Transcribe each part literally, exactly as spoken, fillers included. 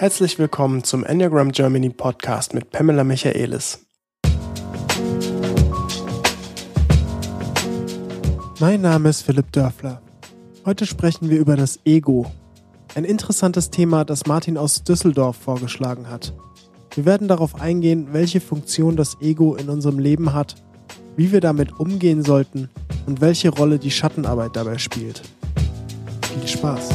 Herzlich willkommen zum Enneagram Germany Podcast mit Pamela Michaelis. Mein Name ist Philipp Dörfler. Heute sprechen wir über das Ego. Ein interessantes Thema, das Martin aus Düsseldorf vorgeschlagen hat. Wir werden darauf eingehen, welche Funktion das Ego in unserem Leben hat, wie wir damit umgehen sollten und welche Rolle die Schattenarbeit dabei spielt. Viel Spaß!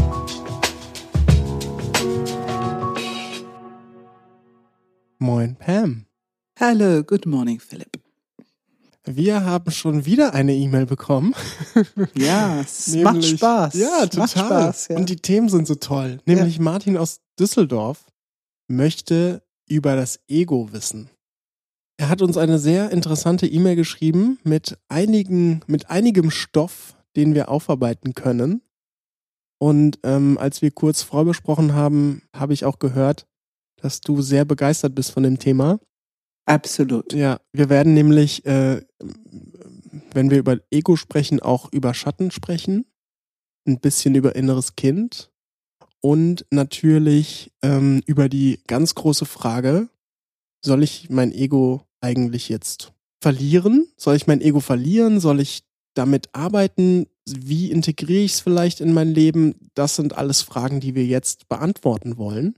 Moin Pam. Hello, good morning Philipp. Wir haben schon wieder eine E-Mail bekommen. Ja, es Nämlich, macht Spaß. Ja, total. Macht Spaß, ja. Und die Themen sind so toll. Nämlich ja. Martin aus Düsseldorf möchte über das Ego wissen. Er hat uns eine sehr interessante E-Mail geschrieben mit einigen, mit einigem Stoff, den wir aufarbeiten können. Und ähm, als wir kurz vorbesprochen haben, habe ich auch gehört, dass du sehr begeistert bist von dem Thema. Absolut. Ja, wir werden nämlich, äh, wenn wir über Ego sprechen, auch über Schatten sprechen, ein bisschen über inneres Kind und natürlich ähm, über die ganz große Frage, soll ich mein Ego eigentlich jetzt verlieren? Soll ich mein Ego verlieren? Soll ich damit arbeiten? Wie integriere ich es vielleicht in mein Leben? Das sind alles Fragen, die wir jetzt beantworten wollen.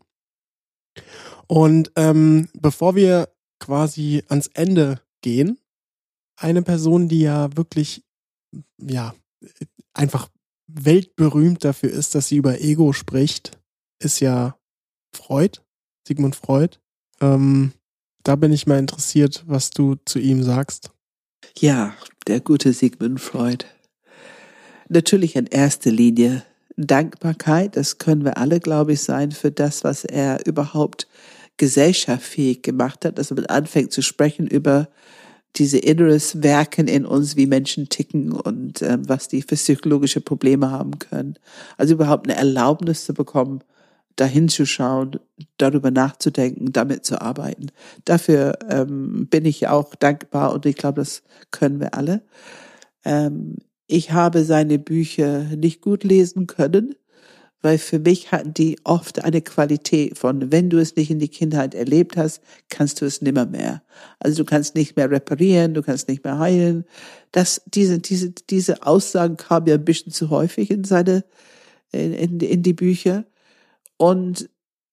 Und ähm, bevor wir quasi ans Ende gehen, eine Person, die ja wirklich, ja, einfach weltberühmt dafür ist, dass sie über Ego spricht, ist ja Freud, Sigmund Freud. Ähm, da bin ich mal interessiert, was du zu ihm sagst. Ja, der gute Sigmund Freud. Natürlich in erster Linie Dankbarkeit, das können wir alle, glaube ich, sein für das, was er überhaupt gesellschaftsfähig gemacht hat, dass man anfängt zu sprechen über diese inneres Werken in uns, wie Menschen ticken und äh, was die für psychologische Probleme haben können. Also überhaupt eine Erlaubnis zu bekommen, dahin zu schauen, darüber nachzudenken, damit zu arbeiten. Dafür ähm, bin ich auch dankbar und ich glaube, das können wir alle. Ähm, ich habe seine Bücher nicht gut lesen können, weil für mich hatten die oft eine Qualität von, wenn du es nicht in die Kindheit erlebt hast, kannst du es nimmer mehr. Also du kannst nicht mehr reparieren, du kannst nicht mehr heilen. Das, diese, diese, diese Aussagen kamen ja ein bisschen zu häufig in seine, in, in, in die Bücher. Und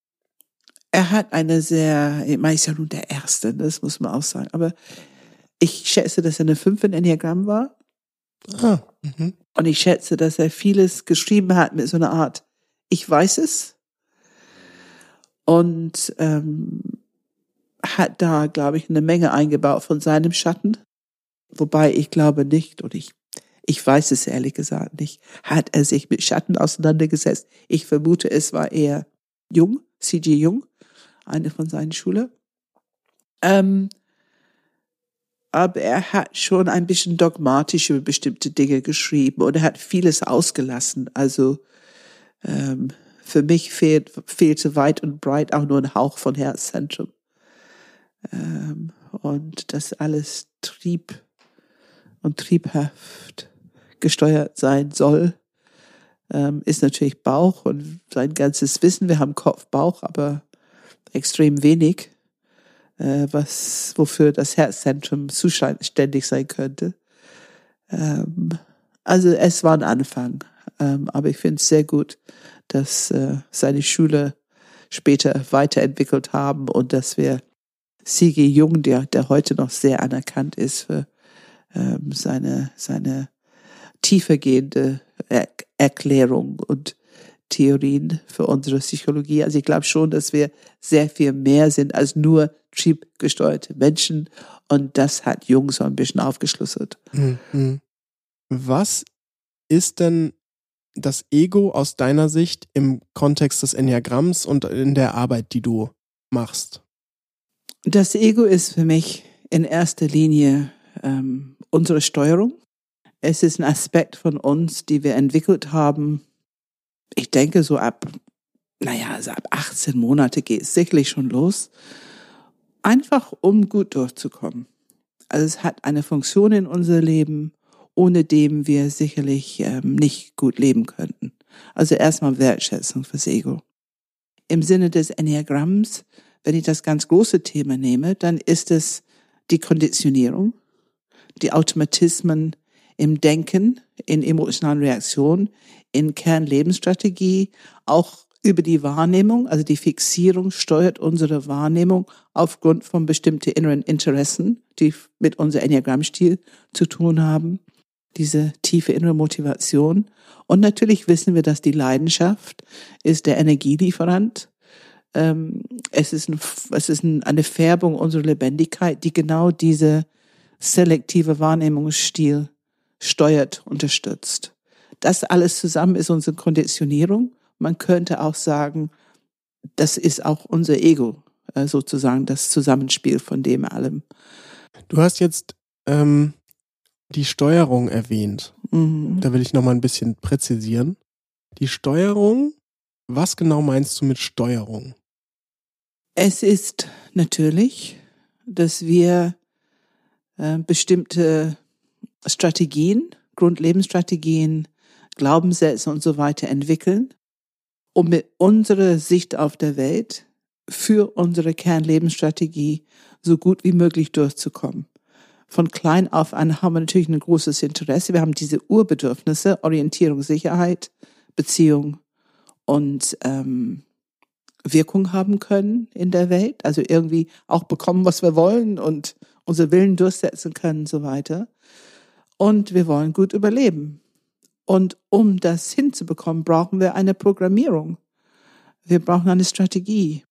er hat eine sehr, ich meine, ist ja nun der Erste, das muss man auch sagen, aber ich schätze, dass er eine fünf in Enneagramm war. Ah, mhm. Und ich schätze, dass er vieles geschrieben hat mit so einer Art, ich weiß es. Und ähm, hat da, glaube ich, eine Menge eingebaut von seinem Schatten. Wobei ich glaube nicht, und ich, ich weiß es ehrlich gesagt nicht, hat er sich mit Schatten auseinandergesetzt. Ich vermute, es war eher Jung, C G Jung, eine von seinen Schülern. Ähm, aber er hat schon ein bisschen dogmatisch über bestimmte Dinge geschrieben und er hat vieles ausgelassen. Also ähm, für mich fehlt, fehlte weit und breit auch nur ein Hauch von Herzzentrum. Ähm, und das alles trieb und triebhaft gesteuert sein soll, ähm, ist natürlich Bauch und sein ganzes Wissen. Wir haben Kopf, Bauch, aber extrem wenig, äh, was wofür das Herzzentrum zuständig sein könnte. Ähm, also es war ein Anfang, ähm, aber ich finde es sehr gut, dass äh, seine Schüler später weiterentwickelt haben und dass wir C G Jung, der, der heute noch sehr anerkannt ist für ähm, seine, seine tiefergehende er- Erklärung und Theorien für unsere Psychologie. Also ich glaube schon, dass wir sehr viel mehr sind als nur triebgesteuerte Menschen und das hat Jung so ein bisschen aufgeschlüsselt. Mhm. Was ist denn das Ego aus deiner Sicht im Kontext des Enneagramms und in der Arbeit, die du machst? Das Ego ist für mich in erster Linie ähm, unsere Steuerung. Es ist ein Aspekt von uns, die wir entwickelt haben. Ich denke, so ab, naja, also ab achtzehn Monate geht es sicherlich schon los. Einfach, um gut durchzukommen. Also es hat eine Funktion in unser Leben, ohne dem wir sicherlich ähm, nicht gut leben könnten. Also erstmal Wertschätzung fürs Ego. im Sinne des Enneagramms, wenn ich das ganz große Thema nehme, dann ist es die Konditionierung, die Automatismen im Denken, in emotionalen Reaktionen, in Kernlebensstrategie, auch über die Wahrnehmung, also die Fixierung steuert unsere Wahrnehmung aufgrund von bestimmten inneren Interessen, die mit unserem Enneagrammstil zu tun haben, diese tiefe innere Motivation. Und natürlich wissen wir, dass die Leidenschaft ist der Energielieferant. Ähm, es ist, ein, es ist ein, eine Färbung unserer Lebendigkeit, die genau diese selektive Wahrnehmungsstil steuert, unterstützt. Das alles zusammen ist unsere Konditionierung. Man könnte auch sagen, das ist auch unser Ego, äh, sozusagen das Zusammenspiel von dem allem. Du hast jetzt ähm, die Steuerung erwähnt. Mhm. Da will ich nochmal ein bisschen präzisieren. Die Steuerung, was genau meinst du mit Steuerung? Es ist natürlich, dass wir äh, bestimmte Strategien, Grundlebensstrategien, Glaubenssätze und so weiter entwickeln, um mit unserer Sicht auf der Welt für unsere Kernlebensstrategie so gut wie möglich durchzukommen. Von klein auf an haben wir natürlich ein großes Interesse. Wir haben diese Urbedürfnisse, Orientierung, Sicherheit, Beziehung und ähm, Wirkung haben können in der Welt. Also irgendwie auch bekommen, was wir wollen und unsere Willen durchsetzen können und so weiter. Und wir wollen gut überleben. Und um das hinzubekommen, brauchen wir eine Programmierung. Wir brauchen eine Strategie.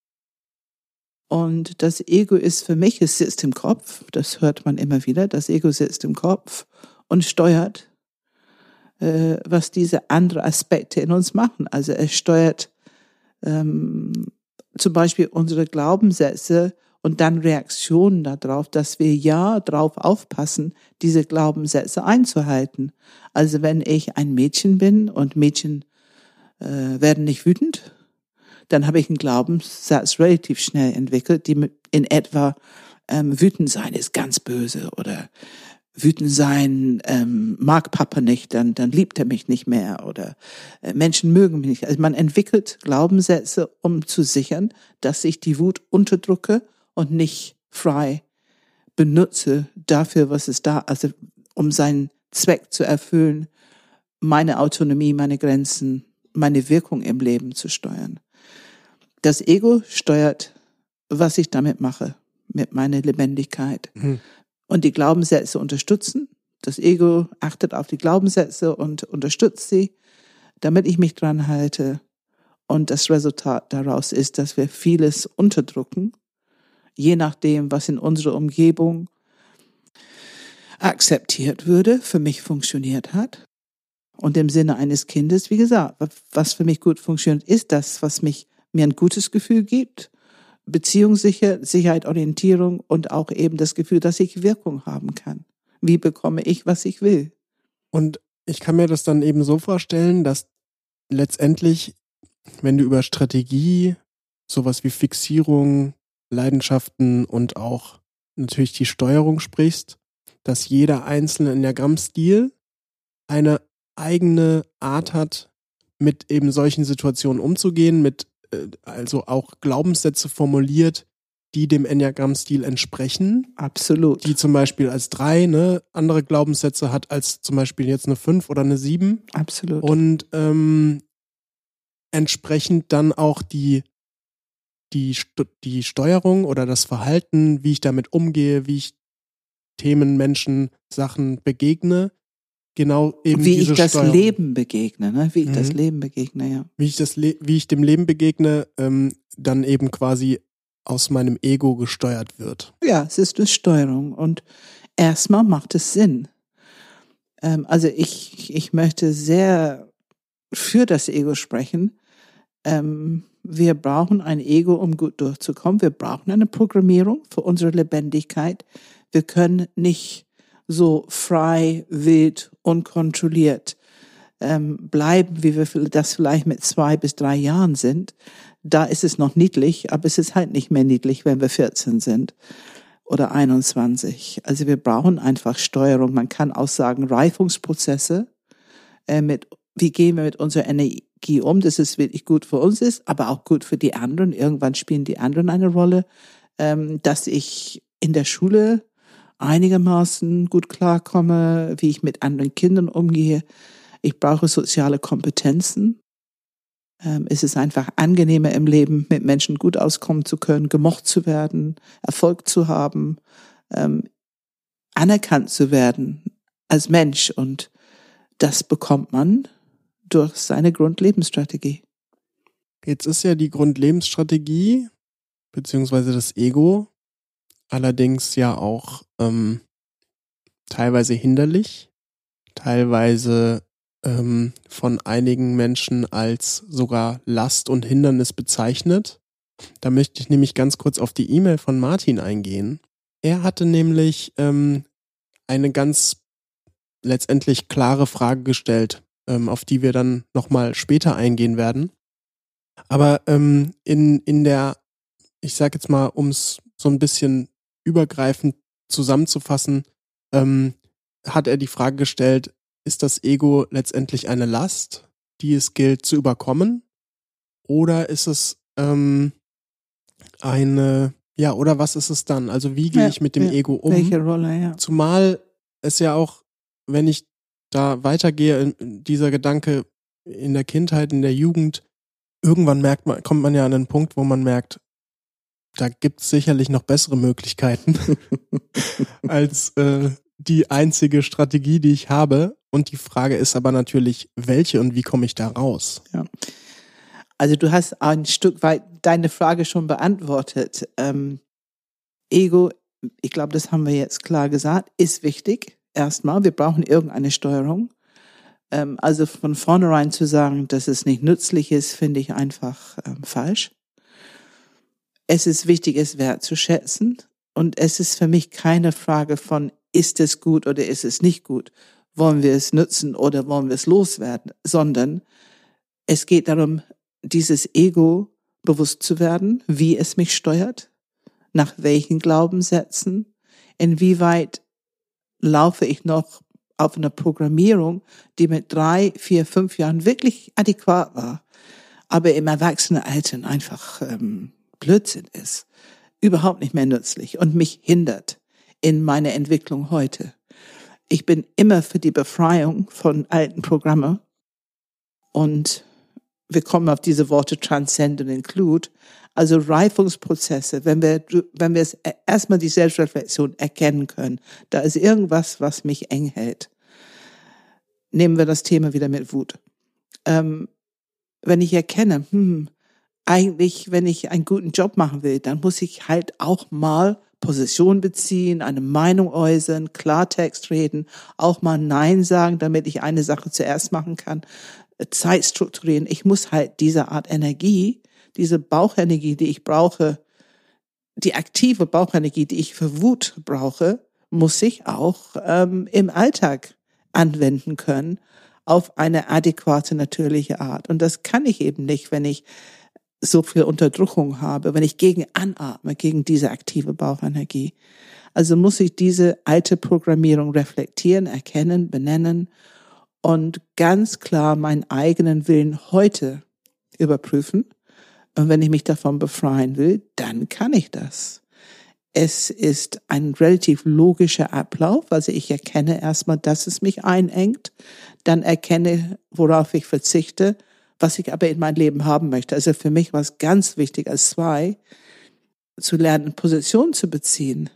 Und das Ego ist für mich, es sitzt im Kopf, das hört man immer wieder, das Ego sitzt im Kopf und steuert, äh, was diese anderen Aspekte in uns machen. Also es steuert ähm, zum Beispiel unsere Glaubenssätze und dann Reaktionen darauf, dass wir ja darauf aufpassen, diese Glaubenssätze einzuhalten. Also wenn ich ein Mädchen bin und Mädchen äh, werden nicht wütend, dann habe ich einen Glaubenssatz relativ schnell entwickelt, die in etwa ähm, wütend sein ist ganz böse oder wütend sein ähm, mag Papa nicht, dann dann liebt er mich nicht mehr oder äh, Menschen mögen mich nicht. Also man entwickelt Glaubenssätze, um zu sichern, dass ich die Wut unterdrücke und nicht frei benutze dafür, was es da, also um seinen Zweck zu erfüllen, meine Autonomie, meine Grenzen, meine Wirkung im Leben zu steuern. Das Ego steuert, was ich damit mache, mit meiner Lebendigkeit. Mhm. Und die Glaubenssätze unterstützen. Das Ego achtet auf die Glaubenssätze und unterstützt sie, damit ich mich dran halte. Und das Resultat daraus ist, dass wir vieles unterdrücken, je nachdem, was in unserer Umgebung akzeptiert würde, für mich funktioniert hat. Und im Sinne eines Kindes, wie gesagt, was für mich gut funktioniert, ist das, was mich mir ein gutes Gefühl gibt, Beziehungssicher, Sicherheit, Orientierung und auch eben das Gefühl, dass ich Wirkung haben kann. Wie bekomme ich, was ich will? Und ich kann mir das dann eben so vorstellen, dass letztendlich, wenn du über Strategie, sowas wie Fixierung, Leidenschaften und auch natürlich die Steuerung sprichst, dass jeder einzelne Enneagramm-Stil eine eigene Art hat, mit eben solchen Situationen umzugehen, mit also auch Glaubenssätze formuliert, die dem Enneagramm-Stil entsprechen. Absolut. Die zum Beispiel als drei ne, andere Glaubenssätze hat als zum Beispiel jetzt eine fünf oder eine sieben. Absolut. Und ähm, entsprechend dann auch die, die, die Steuerung oder das Verhalten, wie ich damit umgehe, wie ich Themen, Menschen, Sachen begegne. Genau eben wie diese ich das Steuerung. Leben begegne, ne? Wie ich mhm. das Leben begegne, ja. Wie ich das, Le- wie ich dem Leben begegne, ähm, dann eben quasi aus meinem Ego gesteuert wird. Ja, es ist eine Steuerung und erstmal macht es Sinn. Ähm, also ich, ich möchte sehr für das Ego sprechen. Ähm, wir brauchen ein Ego, um gut durchzukommen. Wir brauchen eine Programmierung für unsere Lebendigkeit. Wir können nicht so frei, wild, unkontrolliert ähm, bleiben, wie wir das vielleicht mit zwei bis drei Jahren sind. Da ist es noch niedlich, aber es ist halt nicht mehr niedlich, wenn wir vierzehn sind oder einundzwanzig. Also wir brauchen einfach Steuerung. Man kann auch sagen Reifungsprozesse. Äh, mit, wie gehen wir mit unserer Ener- gehe um, dass es wirklich gut für uns ist, aber auch gut für die anderen. Irgendwann spielen die anderen eine Rolle, ähm, dass ich in der Schule einigermaßen gut klarkomme, wie ich mit anderen Kindern umgehe. Ich brauche soziale Kompetenzen. Ähm, es ist einfach angenehmer im Leben, mit Menschen gut auskommen zu können, gemocht zu werden, Erfolg zu haben, ähm, anerkannt zu werden als Mensch. Und das bekommt man durch seine Grundlebensstrategie. Jetzt ist ja die Grundlebensstrategie, beziehungsweise das Ego, allerdings ja auch ähm, teilweise hinderlich, teilweise ähm, von einigen Menschen als sogar Last und Hindernis bezeichnet. Da möchte ich nämlich ganz kurz auf die E-Mail von Martin eingehen. Er hatte nämlich ähm, eine ganz letztendlich klare Frage gestellt, ähm, auf die wir dann nochmal später eingehen werden. Aber ähm, in, in der, ich sag jetzt mal, um es so ein bisschen übergreifend zusammenzufassen, ähm, hat er die Frage gestellt, ist das Ego letztendlich eine Last, die es gilt zu überkommen? Oder ist es ähm, eine, ja, oder was ist es dann? Also wie gehe Ja, ich mit dem ja. Ego um? Welche Rolle, ja. Zumal es ja auch, wenn ich da weitergehe, dieser Gedanke in der Kindheit, in der Jugend, irgendwann merkt man, kommt man ja an einen Punkt, wo man merkt, da gibt es sicherlich noch bessere Möglichkeiten als äh, die einzige Strategie, die ich habe. Und die Frage ist aber natürlich, welche und wie komme ich da raus? Ja. Also du hast ein Stück weit deine Frage schon beantwortet. Ähm, Ego, ich glaube, das haben wir jetzt klar gesagt, ist wichtig. Erstmal, wir brauchen irgendeine Steuerung. Ähm, also von vornherein zu sagen, dass es nicht nützlich ist, finde ich einfach ähm, falsch. Es ist wichtig, es wertzuschätzen. Und es ist für mich keine Frage von, ist es gut oder ist es nicht gut? Wollen wir es nutzen oder wollen wir es loswerden? Sondern es geht darum, dieses Ego bewusst zu werden, wie es mich steuert, nach welchen Glaubenssätzen, inwieweit laufe ich noch auf einer Programmierung, die mit drei, vier, fünf Jahren wirklich adäquat war, aber im Erwachsenenalter einfach ähm, Blödsinn ist, überhaupt nicht mehr nützlich und mich hindert in meiner Entwicklung heute. Ich bin immer für die Befreiung von alten Programmen und wir kommen auf diese Worte Transcend und Include, also Reifungsprozesse, wenn wir, wenn wir es erstmal die Selbstreflexion erkennen können, da ist irgendwas, was mich eng hält. Nehmen wir das Thema wieder mit Wut. Ähm, wenn ich erkenne, hm, eigentlich, wenn ich einen guten Job machen will, dann muss ich halt auch mal Position beziehen, eine Meinung äußern, Klartext reden, auch mal Nein sagen, damit ich eine Sache zuerst machen kann, Zeit strukturieren. Ich muss halt diese Art Energie, diese Bauchenergie, die ich brauche, die aktive Bauchenergie, die ich für Wut brauche, muss ich auch ähm, im Alltag anwenden können auf eine adäquate, natürliche Art. Und das kann ich eben nicht, wenn ich so viel Unterdrückung habe, wenn ich gegen anatme, gegen diese aktive Bauchenergie. Also muss ich diese alte Programmierung reflektieren, erkennen, benennen und ganz klar meinen eigenen Willen heute überprüfen. Und wenn ich mich davon befreien will, dann kann ich das. Es ist ein relativ logischer Ablauf. Also ich erkenne erstmal, dass es mich einengt, dann erkenne, worauf ich verzichte, was ich aber in mein Leben haben möchte. Also für mich war es ganz wichtig als zwei, zu lernen, Position zu beziehen.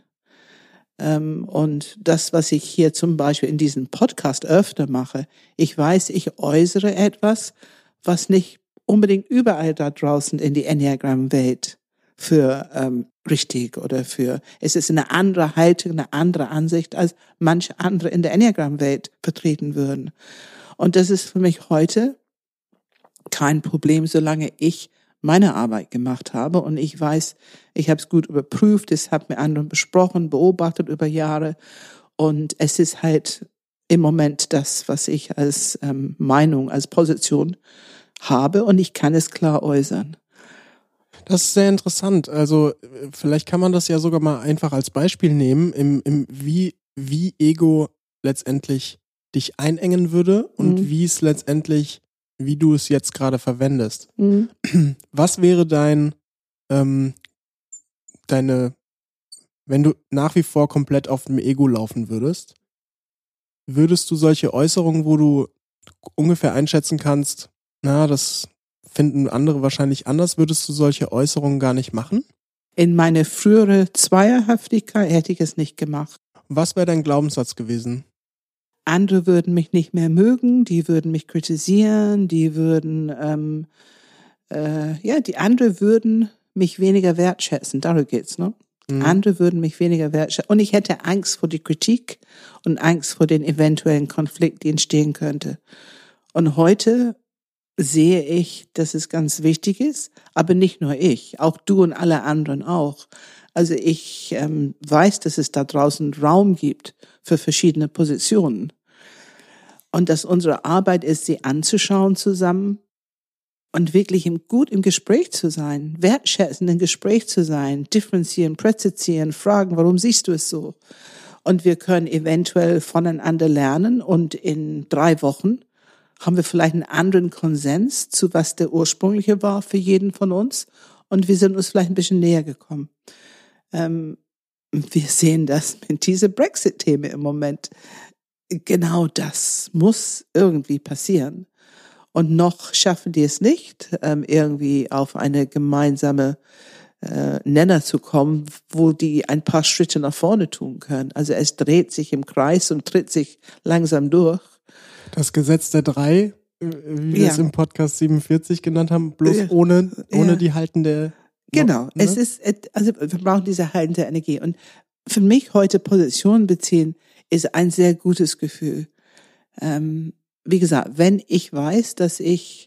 Und das, was ich hier zum Beispiel in diesem Podcast öfter mache, ich weiß, ich äußere etwas, was nicht unbedingt überall da draußen in die Enneagramm-Welt für ähm, richtig oder für, es ist eine andere Haltung, eine andere Ansicht, als manche andere in der Enneagramm-Welt vertreten würden. Und das ist für mich heute kein Problem, solange ich meine Arbeit gemacht habe und ich weiß, ich habe es gut überprüft, es habe mit anderen besprochen, beobachtet über Jahre und es ist halt im Moment das, was ich als ähm, Meinung, als Position habe und ich kann es klar äußern. Das ist sehr interessant. Also vielleicht kann man das ja sogar mal einfach als Beispiel nehmen, im, im wie, wie Ego letztendlich dich einengen würde und mhm. wie es letztendlich wie du es jetzt gerade verwendest. Mhm. Was wäre dein, ähm, deine, wenn du nach wie vor komplett auf dem Ego laufen würdest, würdest du solche Äußerungen, wo du ungefähr einschätzen kannst, na, das finden andere wahrscheinlich anders, würdest du solche Äußerungen gar nicht machen? In meine frühere Zweierhaftigkeit hätte ich es nicht gemacht. Was wäre dein Glaubenssatz gewesen? Andere würden mich nicht mehr mögen, die würden mich kritisieren, die würden, ähm, äh, ja, die anderen würden mich weniger wertschätzen. Darum geht's, ne? Mhm. Andere würden mich weniger wertschätzen. Und ich hätte Angst vor die Kritik und Angst vor den eventuellen Konflikt, die entstehen könnte. Und heute sehe ich, dass es ganz wichtig ist, aber nicht nur ich, auch du und alle anderen auch. Also ich ähm, weiß, dass es da draußen Raum gibt für verschiedene Positionen und dass unsere Arbeit ist, sie anzuschauen zusammen und wirklich im, gut im Gespräch zu sein, wertschätzend im Gespräch zu sein, differenzieren, präzisieren, fragen, warum siehst du es so? Und wir können eventuell voneinander lernen und in drei Wochen haben wir vielleicht einen anderen Konsens zu was der ursprüngliche war für jeden von uns und wir sind uns vielleicht ein bisschen näher gekommen. Ähm, wir sehen das mit dieser Brexit-Themen im Moment. Genau das muss irgendwie passieren. Und noch schaffen die es nicht, ähm, irgendwie auf eine gemeinsame äh, Nenner zu kommen, wo die ein paar Schritte nach vorne tun können. Also es dreht sich im Kreis und tritt sich langsam durch. Das Gesetz der drei, wie wir Ja. es im Podcast siebenundvierzig genannt haben, bloß Ja. ohne, ohne Ja. die haltende. Genau, ne? es ist, also wir brauchen diese haltende Energie. Und für mich heute Position beziehen ist ein sehr gutes Gefühl. Ähm, wie gesagt, wenn ich weiß, dass ich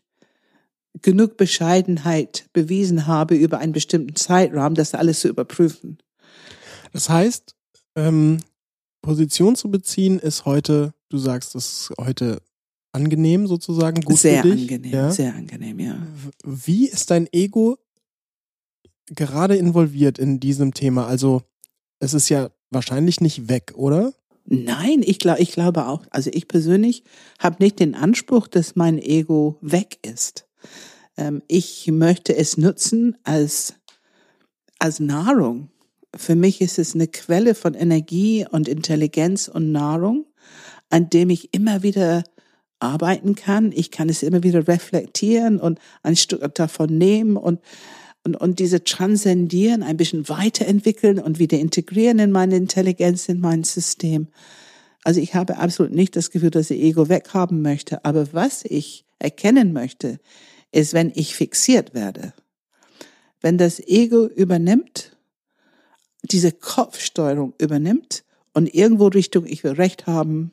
genug Bescheidenheit bewiesen habe über einen bestimmten Zeitraum, das alles zu überprüfen. Das heißt, ähm, Position zu beziehen ist heute, du sagst, das ist heute angenehm sozusagen, gut sehr für dich. angenehm, Ja? sehr angenehm, ja. Wie ist dein Ego gerade involviert in diesem Thema? Also es ist ja wahrscheinlich nicht weg, oder? Nein, ich glaube, ich glaube auch. Also ich persönlich habe nicht den Anspruch, dass mein Ego weg ist. Ähm, ich möchte es nutzen als als Nahrung. Für mich ist es eine Quelle von Energie und Intelligenz und Nahrung, an dem ich immer wieder arbeiten kann. Ich kann es immer wieder reflektieren und ein Stück davon nehmen und Und, und diese transzendieren, ein bisschen weiterentwickeln und wieder integrieren in meine Intelligenz, in mein System. Also ich habe absolut nicht das Gefühl, dass ich Ego weghaben möchte. Aber was ich erkennen möchte, ist, wenn ich fixiert werde. Wenn das Ego übernimmt, diese Kopfsteuerung übernimmt und irgendwo Richtung, ich will Recht haben,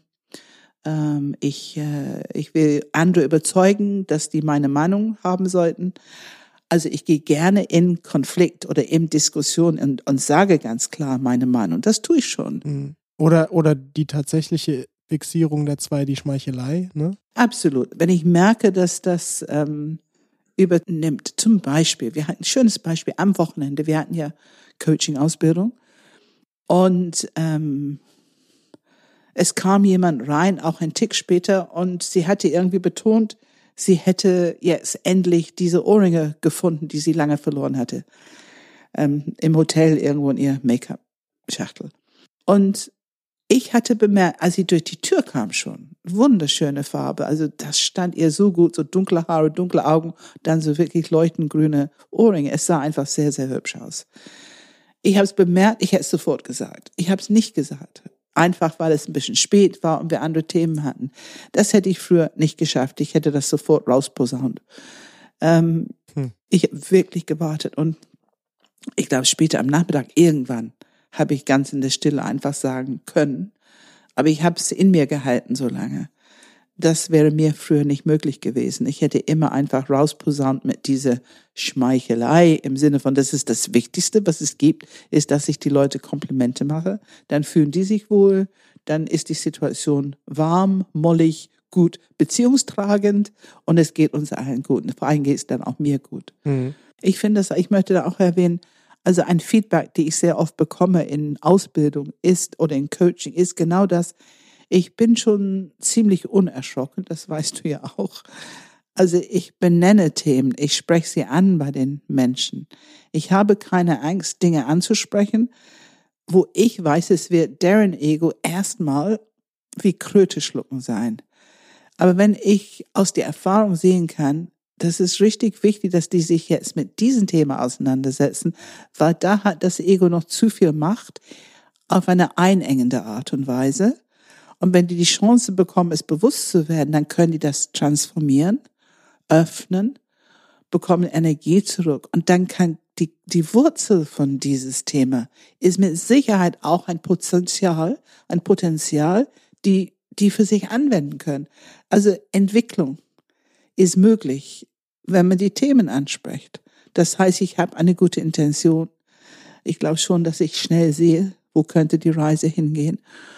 ähm, ich, äh, ich will andere überzeugen, dass die meine Meinung haben sollten. Also ich gehe gerne in Konflikt oder in Diskussion und, und sage ganz klar meine Meinung. Das tue ich schon. Oder, oder die tatsächliche Fixierung der zwei, die Schmeichelei, ne? Absolut. Wenn ich merke, dass das ähm, übernimmt. Zum Beispiel, wir hatten ein schönes Beispiel am Wochenende. Wir hatten ja Coaching-Ausbildung und ähm, es kam jemand rein, auch ein Tick später, und sie hatte irgendwie betont, sie hätte jetzt endlich diese Ohrringe gefunden, die sie lange verloren hatte. Ähm, im Hotel irgendwo in ihr Make-up-Schachtel. Und ich hatte bemerkt, als sie durch die Tür kam schon, wunderschöne Farbe, also das stand ihr so gut, so dunkle Haare, dunkle Augen, dann so wirklich leuchtend grüne Ohrringe. Es sah einfach sehr, sehr hübsch aus. Ich habe es bemerkt, ich hätte es sofort gesagt. Ich habe es nicht gesagt. Einfach, weil es ein bisschen spät war und wir andere Themen hatten. Das hätte ich früher nicht geschafft. Ich hätte das sofort rausposaunt. Ähm, hm. Ich habe wirklich gewartet und ich glaube, später am Nachmittag irgendwann habe ich ganz in der Stille einfach sagen können. Aber ich habe es in mir gehalten so lange. Das wäre mir früher nicht möglich gewesen. Ich hätte immer einfach rausposaunt mit dieser Schmeichelei im Sinne von, das ist das Wichtigste, was es gibt, ist, dass ich die Leute Komplimente mache. Dann fühlen die sich wohl, dann ist die Situation warm, mollig, gut, beziehungstragend und es geht uns allen gut. Und vor allem geht es dann auch mir gut. Mhm. Ich finde das, ich möchte da auch erwähnen, also ein Feedback, die ich sehr oft bekomme in Ausbildung ist oder in Coaching, ist genau das. Ich bin schon ziemlich unerschrocken, das weißt du ja auch. Also ich benenne Themen, ich spreche sie an bei den Menschen. Ich habe keine Angst, Dinge anzusprechen, wo ich weiß, es wird deren Ego erstmal wie Kröte schlucken sein. Aber wenn ich aus der Erfahrung sehen kann, das ist richtig wichtig, dass die sich jetzt mit diesem Thema auseinandersetzen, weil da hat das Ego noch zu viel Macht auf eine einengende Art und Weise. Und wenn die die Chance bekommen, es bewusst zu werden, dann können die das transformieren, öffnen, bekommen Energie zurück. Und dann kann die, die Wurzel von dieses Thema ist mit Sicherheit auch ein Potenzial, ein Potenzial, die, die für sich anwenden können. Also Entwicklung ist möglich, wenn man die Themen anspricht. Das heißt, ich habe eine gute Intention. Ich glaube schon, dass ich schnell sehe, wo könnte die Reise hingehen.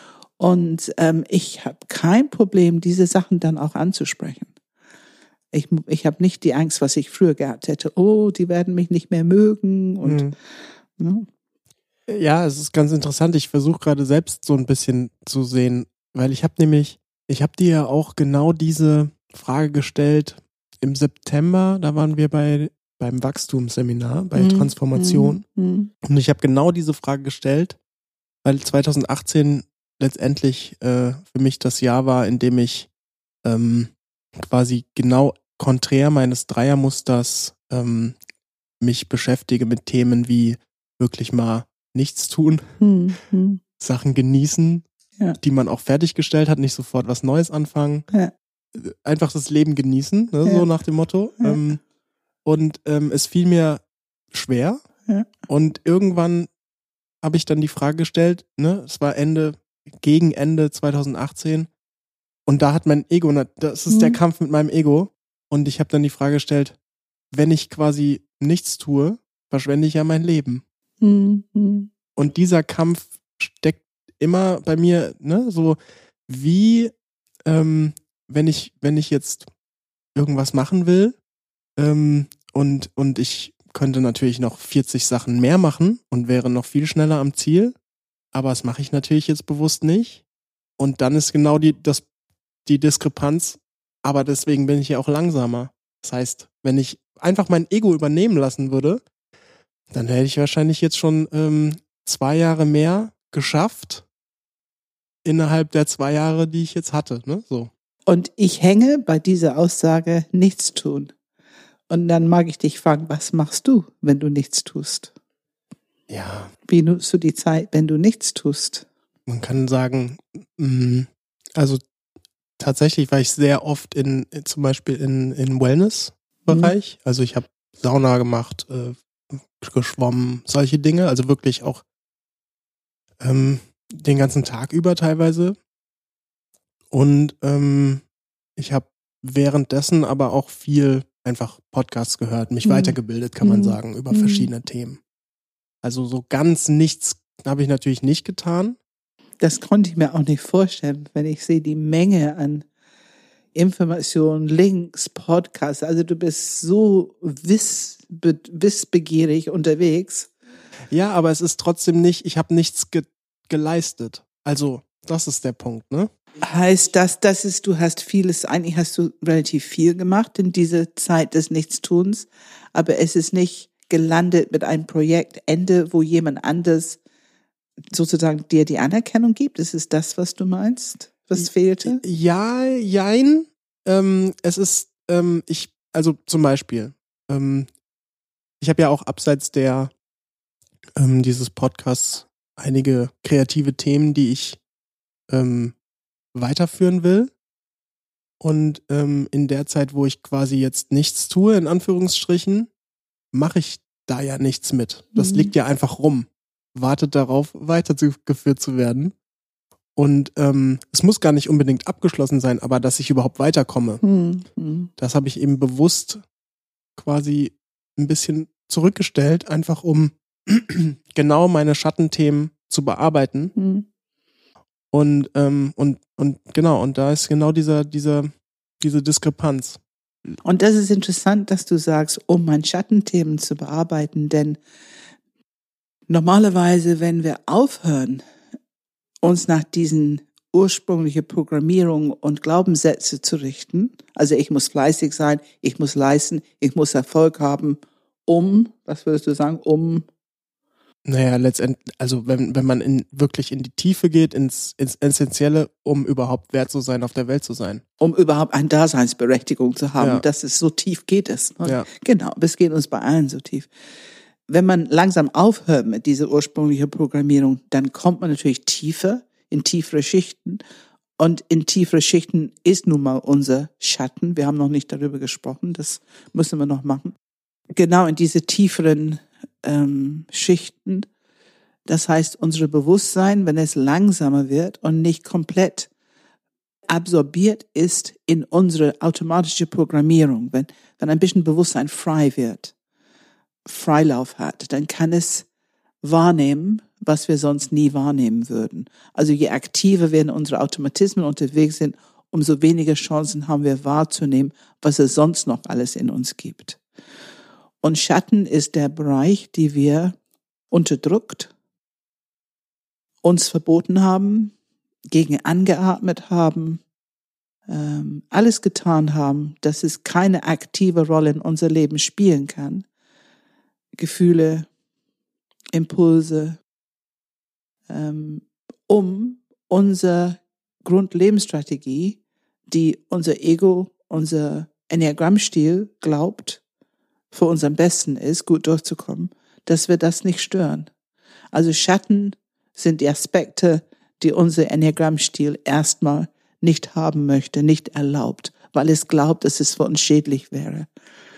Und ähm, ich habe kein Problem, diese Sachen dann auch anzusprechen. Ich, ich habe nicht die Angst, was ich früher gehabt hätte. Oh, die werden mich nicht mehr mögen. Und Mhm. ne? Ja, es ist ganz interessant. Ich versuche gerade selbst so ein bisschen zu sehen, weil ich habe nämlich, ich habe dir ja auch genau diese Frage gestellt im September. Da waren wir bei beim Wachstumsseminar, bei Mhm. Transformation. Mhm. Und ich habe genau diese Frage gestellt, weil zwanzig achtzehn letztendlich äh, für mich das Jahr war, in dem ich ähm, quasi genau konträr meines Dreiermusters ähm, mich beschäftige mit Themen wie wirklich mal nichts tun, Mhm. Mhm. Sachen genießen, Ja. die man auch fertiggestellt hat, nicht sofort was Neues anfangen. Ja. Einfach das Leben genießen, ne, Ja. so nach dem Motto. Ja. Ähm, und ähm, es fiel mir schwer. Ja. Und irgendwann habe ich dann die Frage gestellt, ne, es war Ende, gegen Ende zwanzig achtzehn und da hat mein Ego, das ist Mhm. der Kampf mit meinem Ego und ich habe dann die Frage gestellt, wenn ich quasi nichts tue, verschwende ich ja mein Leben. Mhm. Mhm. Und dieser Kampf steckt immer bei mir, ne, so wie, ähm, wenn ich, wenn ich jetzt irgendwas machen will, ähm, und, und ich könnte natürlich noch vierzig Sachen mehr machen und wäre noch viel schneller am Ziel, aber das mache ich natürlich jetzt bewusst nicht. Und dann ist genau die, das, die Diskrepanz, aber deswegen bin ich ja auch langsamer. Das heißt, wenn ich einfach mein Ego übernehmen lassen würde, dann hätte ich wahrscheinlich jetzt schon ähm, zwei Jahre mehr geschafft innerhalb der zwei Jahre, die ich jetzt hatte. Ne? So. Und ich hänge bei dieser Aussage nichts tun. Und dann mag ich dich fragen, was machst du, wenn du nichts tust? Ja, Wie nutzt du die Zeit, wenn du nichts tust? man kann sagen, mh, also tatsächlich war ich sehr oft in, in zum Beispiel in, in Wellness-Bereich. Also ich habe Sauna gemacht, äh, geschwommen, solche Dinge. Also wirklich auch ähm, den ganzen Tag über teilweise. Und ähm, ich habe währenddessen aber auch viel einfach Podcasts gehört, mich Mhm. weitergebildet, kann man Mhm. sagen, über Mhm. verschiedene Themen. Also so ganz nichts habe ich natürlich nicht getan. Das konnte ich mir auch nicht vorstellen, wenn ich sehe die Menge an Informationen, Links, Podcasts. Also du bist so wiss, be, wissbegierig unterwegs. Ja, aber es ist trotzdem nicht, ich habe nichts ge geleistet. Also, das ist der Punkt, ne? Heißt das, das ist, du hast vieles, eigentlich hast du relativ viel gemacht in dieser Zeit des Nichtstuns, aber es ist nicht gelandet mit einem Projektende, wo jemand anders sozusagen dir die Anerkennung gibt. Ist es das, was du meinst? Was fehlte? Ja, jein. Ähm, es ist, ähm, ich, also zum Beispiel, ähm, ich habe ja auch abseits der ähm, dieses Podcasts einige kreative Themen, die ich ähm, weiterführen will. Und ähm, in der Zeit, wo ich quasi jetzt nichts tue, in Anführungsstrichen, mache ich da ja nichts mit. Das Mhm. liegt ja einfach rum, wartet darauf, weitergeführt zu werden. Und ähm, es muss gar nicht unbedingt abgeschlossen sein, aber dass ich überhaupt weiterkomme, Mhm. das habe ich eben bewusst quasi ein bisschen zurückgestellt, einfach um genau meine Schattenthemen zu bearbeiten. Mhm. Und, ähm, und, und genau, und da ist genau dieser, dieser, diese Diskrepanz. Und das ist interessant, dass du sagst, um mein Schattenthemen zu bearbeiten, denn normalerweise, wenn wir aufhören, uns nach diesen ursprüngliche Programmierung und Glaubenssätze zu richten. Also ich muss fleißig sein, ich muss leisten, ich muss Erfolg haben, um, was würdest du sagen, um... Naja, letztendlich, also wenn, wenn man in, wirklich in die Tiefe geht, ins, ins Essentielle, um überhaupt wert zu sein, auf der Welt zu sein. Um überhaupt eine Daseinsberechtigung zu haben, Ja. dass es so tief geht es. Ne? Ja. Genau, aber es geht uns bei allen so tief. Wenn man langsam aufhört mit dieser ursprünglichen Programmierung, dann kommt man natürlich tiefer, in tiefere Schichten. Und in tiefere Schichten ist nun mal unser Schatten. Wir haben noch nicht darüber gesprochen, das müssen wir noch machen. Genau in diese tieferen ähm, Schichten, das heißt, unser Bewusstsein, wenn es langsamer wird und nicht komplett absorbiert ist in unsere automatische Programmierung, wenn, wenn ein bisschen Bewusstsein frei wird, Freilauf hat, dann kann es wahrnehmen, was wir sonst nie wahrnehmen würden. Also je aktiver wir in unsere Automatismen unterwegs sind, umso weniger Chancen haben wir wahrzunehmen, was es sonst noch alles in uns gibt. Und Schatten ist der Bereich, die wir unterdrückt, uns verboten haben, gegen angeatmet haben, ähm, alles getan haben, dass es keine aktive Rolle in unser Leben spielen kann. Gefühle, Impulse, ähm, um unsere Grundlebensstrategie, die unser Ego, unser Enneagrammstil glaubt, für uns am besten ist, gut durchzukommen, dass wir das nicht stören. Also Schatten sind die Aspekte, die unser Enneagrammstil erstmal nicht haben möchte, nicht erlaubt, weil es glaubt, dass es für uns schädlich wäre.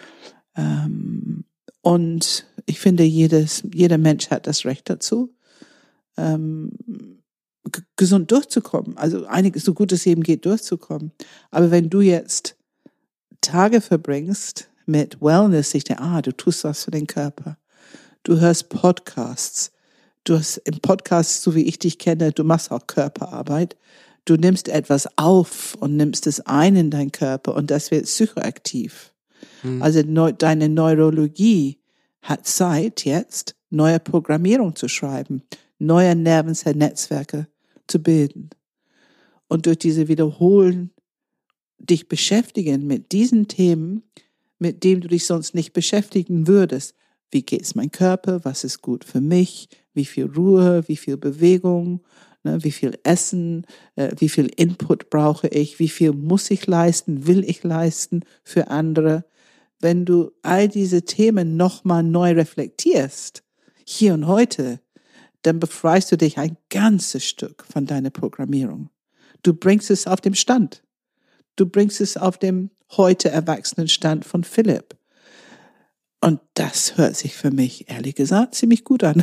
Ähm, und ich finde, jedes, jeder Mensch hat das Recht dazu, ähm, g- gesund durchzukommen. Also einiges, so gut es eben geht, durchzukommen. Aber wenn du jetzt Tage verbringst mit Wellness, ich denke, ah, du tust was für den Körper. Du hörst Podcasts. Du hast im Podcast, so wie ich dich kenne, du machst auch Körperarbeit. Du nimmst etwas auf und nimmst es ein in deinen Körper und das wird psychoaktiv. Mhm. Also neu, deine Neurologie hat Zeit jetzt, neue Programmierung zu schreiben, neue Nervennetzwerke zu bilden. Und durch diese Wiederholen dich beschäftigen mit diesen Themen, mit denen du dich sonst nicht beschäftigen würdest. Wie geht's mein Körper? Was ist gut für mich? Wie viel Ruhe? Wie viel Bewegung? Ne, wie viel Essen? Äh, wie viel Input brauche ich? Wie viel muss ich leisten? Will ich leisten für andere? Wenn du all diese Themen nochmal neu reflektierst, hier und heute, dann befreist du dich ein ganzes Stück von deiner Programmierung. Du bringst es auf den Stand. Du bringst es auf dem heute erwachsenen Stand von Philipp. Und das hört sich für mich, ehrlich gesagt, ziemlich gut an.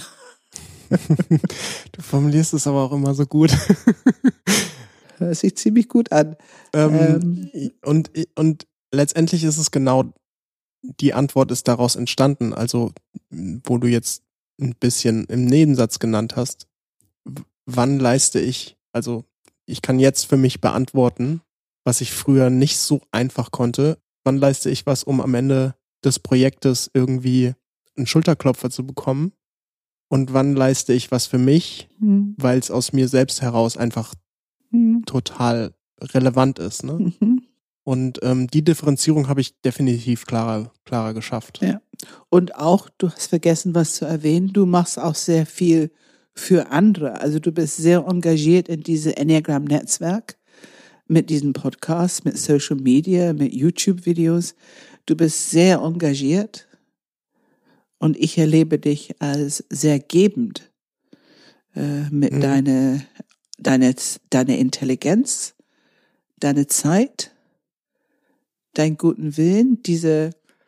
Du formulierst es aber auch immer so gut. Hört sich ziemlich gut an. Ähm, ähm. Und, und letztendlich ist es genau, die Antwort ist daraus entstanden. Also, wo du jetzt ein bisschen im Nebensatz genannt hast, wann leiste ich, also ich kann jetzt für mich beantworten, was ich früher nicht so einfach konnte. Wann leiste ich was, um am Ende des Projektes irgendwie einen Schulterklopfer zu bekommen? Und wann leiste ich was für mich, mhm. weil es aus mir selbst heraus einfach mhm. total relevant ist. Ne? Mhm. Und ähm, die Differenzierung habe ich definitiv klarer, klarer geschafft. Ja. Und auch, du hast vergessen, was zu erwähnen, du machst auch sehr viel für andere. Also du bist sehr engagiert in diesem Enneagramm-Netzwerk. Mit diesem Podcast, mit Social Media, mit YouTube-Videos. Du bist sehr engagiert und ich erlebe dich als sehr gebend äh, mit mhm. deiner deine, deine Intelligenz, deine Zeit, deinen guten Willen, diese,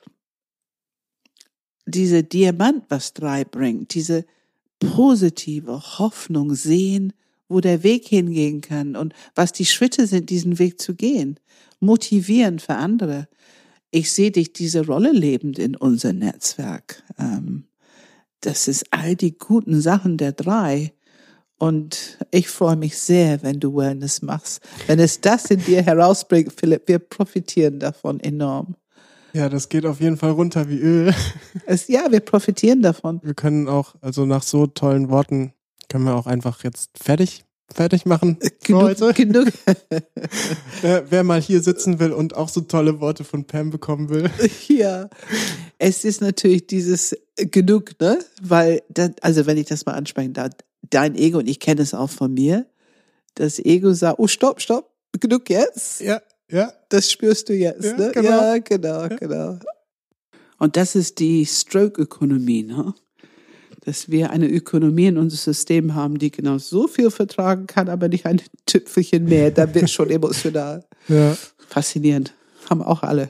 diese Diamant, was drei bringt, diese positive Hoffnung sehen, wo der Weg hingehen kann und was die Schritte sind, diesen Weg zu gehen. Motivieren für andere. Ich sehe dich diese Rolle lebend in unser Netzwerk. Das ist all die guten Sachen der drei. Und ich freue mich sehr, wenn du Wellness machst. Wenn es das in dir herausbringt, Philipp, wir profitieren davon enorm. Ja, das geht auf jeden Fall runter wie Öl. Es, ja, wir profitieren davon. Wir können auch, also nach so tollen Worten, können wir auch einfach jetzt fertig, fertig machen für genug, heute. Genug. wer, wer mal hier sitzen will und auch so tolle Worte von Pam bekommen will. Ja, es ist natürlich dieses genug, ne? Weil, das, also wenn ich das mal ansprechen darf, dein Ego, und ich kenne es auch von mir, das Ego sagt, oh stopp, stopp, genug jetzt. Ja, ja. Das spürst du jetzt, ja, ne? Genau. Ja, genau, ja. genau. Und das ist die Stroke-Ökonomie, ne? Dass wir eine Ökonomie in unserem System haben, die genau so viel vertragen kann, aber nicht ein Tüpfelchen mehr. Da wird schon emotional. Ja. Faszinierend. Haben auch alle.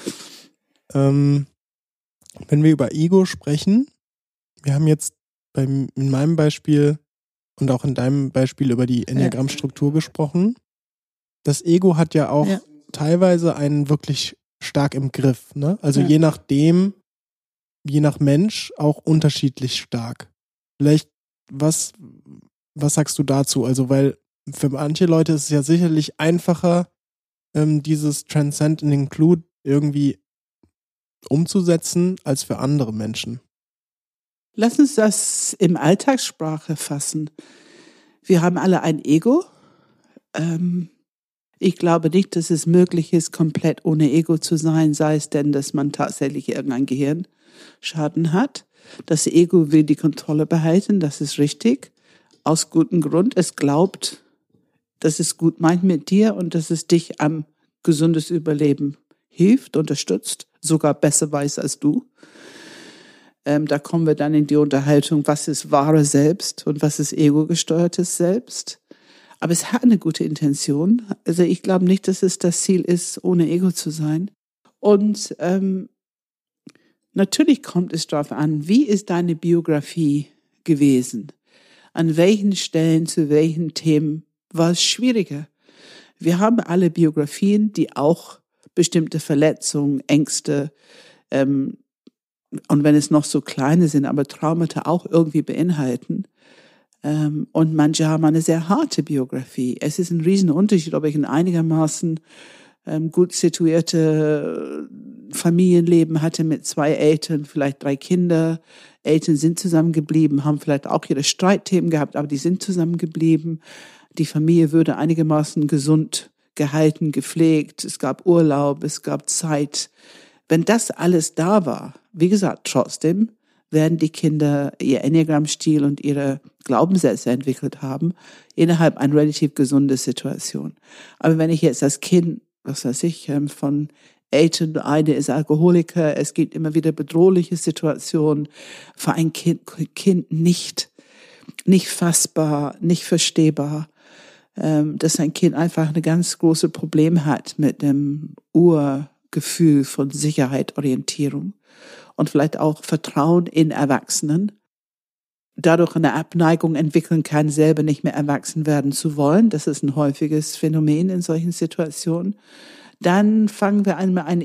Ähm, wenn wir über Ego sprechen, wir haben jetzt beim, in meinem Beispiel und auch in deinem Beispiel über die Enneagrammstruktur gesprochen. Das Ego hat ja auch ja. teilweise einen wirklich stark im Griff, ne? Also ja. je nachdem, je nach Mensch auch unterschiedlich stark. Vielleicht, was, was sagst du dazu? Also, weil für manche Leute ist es ja sicherlich einfacher, ähm, dieses Transcend and Include irgendwie umzusetzen, als für andere Menschen. Lass uns das im Alltagssprache fassen. Wir haben alle ein Ego. Ähm, ich glaube nicht, dass es möglich ist, komplett ohne Ego zu sein, sei es denn, dass man tatsächlich irgendein Gehirnschaden hat. Das Ego will die Kontrolle behalten, das ist richtig. Aus gutem Grund. Es glaubt, dass es gut meint mit dir und dass es dich am gesundes Überleben hilft, unterstützt, sogar besser weiß als du. Ähm, da kommen wir dann in die Unterhaltung, was ist wahre Selbst und was ist ego-gesteuertes Selbst. Aber es hat eine gute Intention. Also ich glaube nicht, dass es das Ziel ist, ohne Ego zu sein. Und ähm, natürlich kommt es darauf an, wie ist deine Biografie gewesen? An welchen Stellen, zu welchen Themen war es schwieriger? Wir haben alle Biografien, die auch bestimmte Verletzungen, Ängste, ähm, und wenn es noch so kleine sind, aber Traumata auch irgendwie beinhalten. Ähm, und manche haben eine sehr harte Biografie. Es ist ein Riesenunterschied, ob ich ein einigermaßen ähm, gut situierte Familienleben hatte mit zwei Eltern, vielleicht drei Kinder. Eltern sind zusammengeblieben, haben vielleicht auch ihre Streitthemen gehabt, aber die sind zusammengeblieben. Die Familie würde einigermaßen gesund gehalten, gepflegt. Es gab Urlaub, es gab Zeit. Wenn das alles da war, wie gesagt, trotzdem werden die Kinder ihr Enneagramm-Stil und ihre Glaubenssätze entwickelt haben, innerhalb einer relativ gesunden Situation. Aber wenn ich jetzt als Kind, was weiß ich, von Eltern, eine ist Alkoholiker, es gibt immer wieder bedrohliche Situationen, für ein Kind, kind nicht, nicht fassbar, nicht verstehbar, dass ein Kind einfach ein ganz großes Problem hat mit dem Urgefühl von Sicherheit, Orientierung und vielleicht auch Vertrauen in Erwachsenen, dadurch eine Abneigung entwickeln kann, selber nicht mehr erwachsen werden zu wollen. Das ist ein häufiges Phänomen in solchen Situationen. Dann fangen wir an mit einem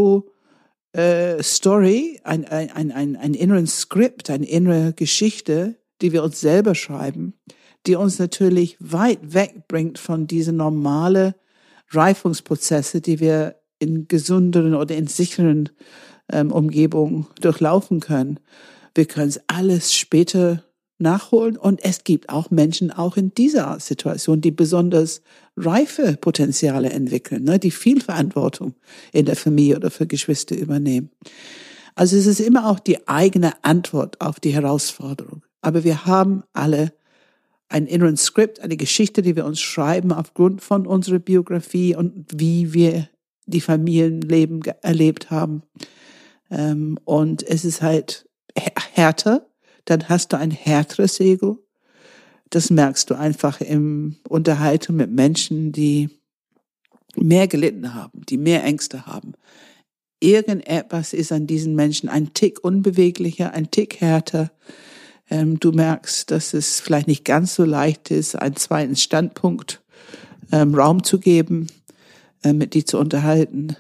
Ego-Story, äh, ein, ein, ein, ein, ein inneren Skript, eine innere Geschichte, die wir uns selber schreiben, die uns natürlich weit wegbringt von diesen normalen Reifungsprozesse, die wir in gesünderen oder in sicheren ähm, Umgebungen durchlaufen können. Wir können es alles später nachholen und es gibt auch Menschen auch in dieser Situation, die besonders reife Potenziale entwickeln, ne, die viel Verantwortung in der Familie oder für Geschwister übernehmen. Also es ist immer auch die eigene Antwort auf die Herausforderung. Aber wir haben alle einen inneren Skript, eine Geschichte, die wir uns schreiben aufgrund von unserer Biografie und wie wir die Familienleben erlebt haben. Und es ist halt härter, dann hast du ein härteres Ego. Das merkst du einfach im Unterhaltung mit Menschen, die mehr gelitten haben, die mehr Ängste haben. Irgendetwas ist an diesen Menschen ein Tick unbeweglicher, ein Tick härter. Du merkst, dass es vielleicht nicht ganz so leicht ist, einen zweiten Standpunkt ähm, Raum zu geben, äh, mit dir zu unterhalten.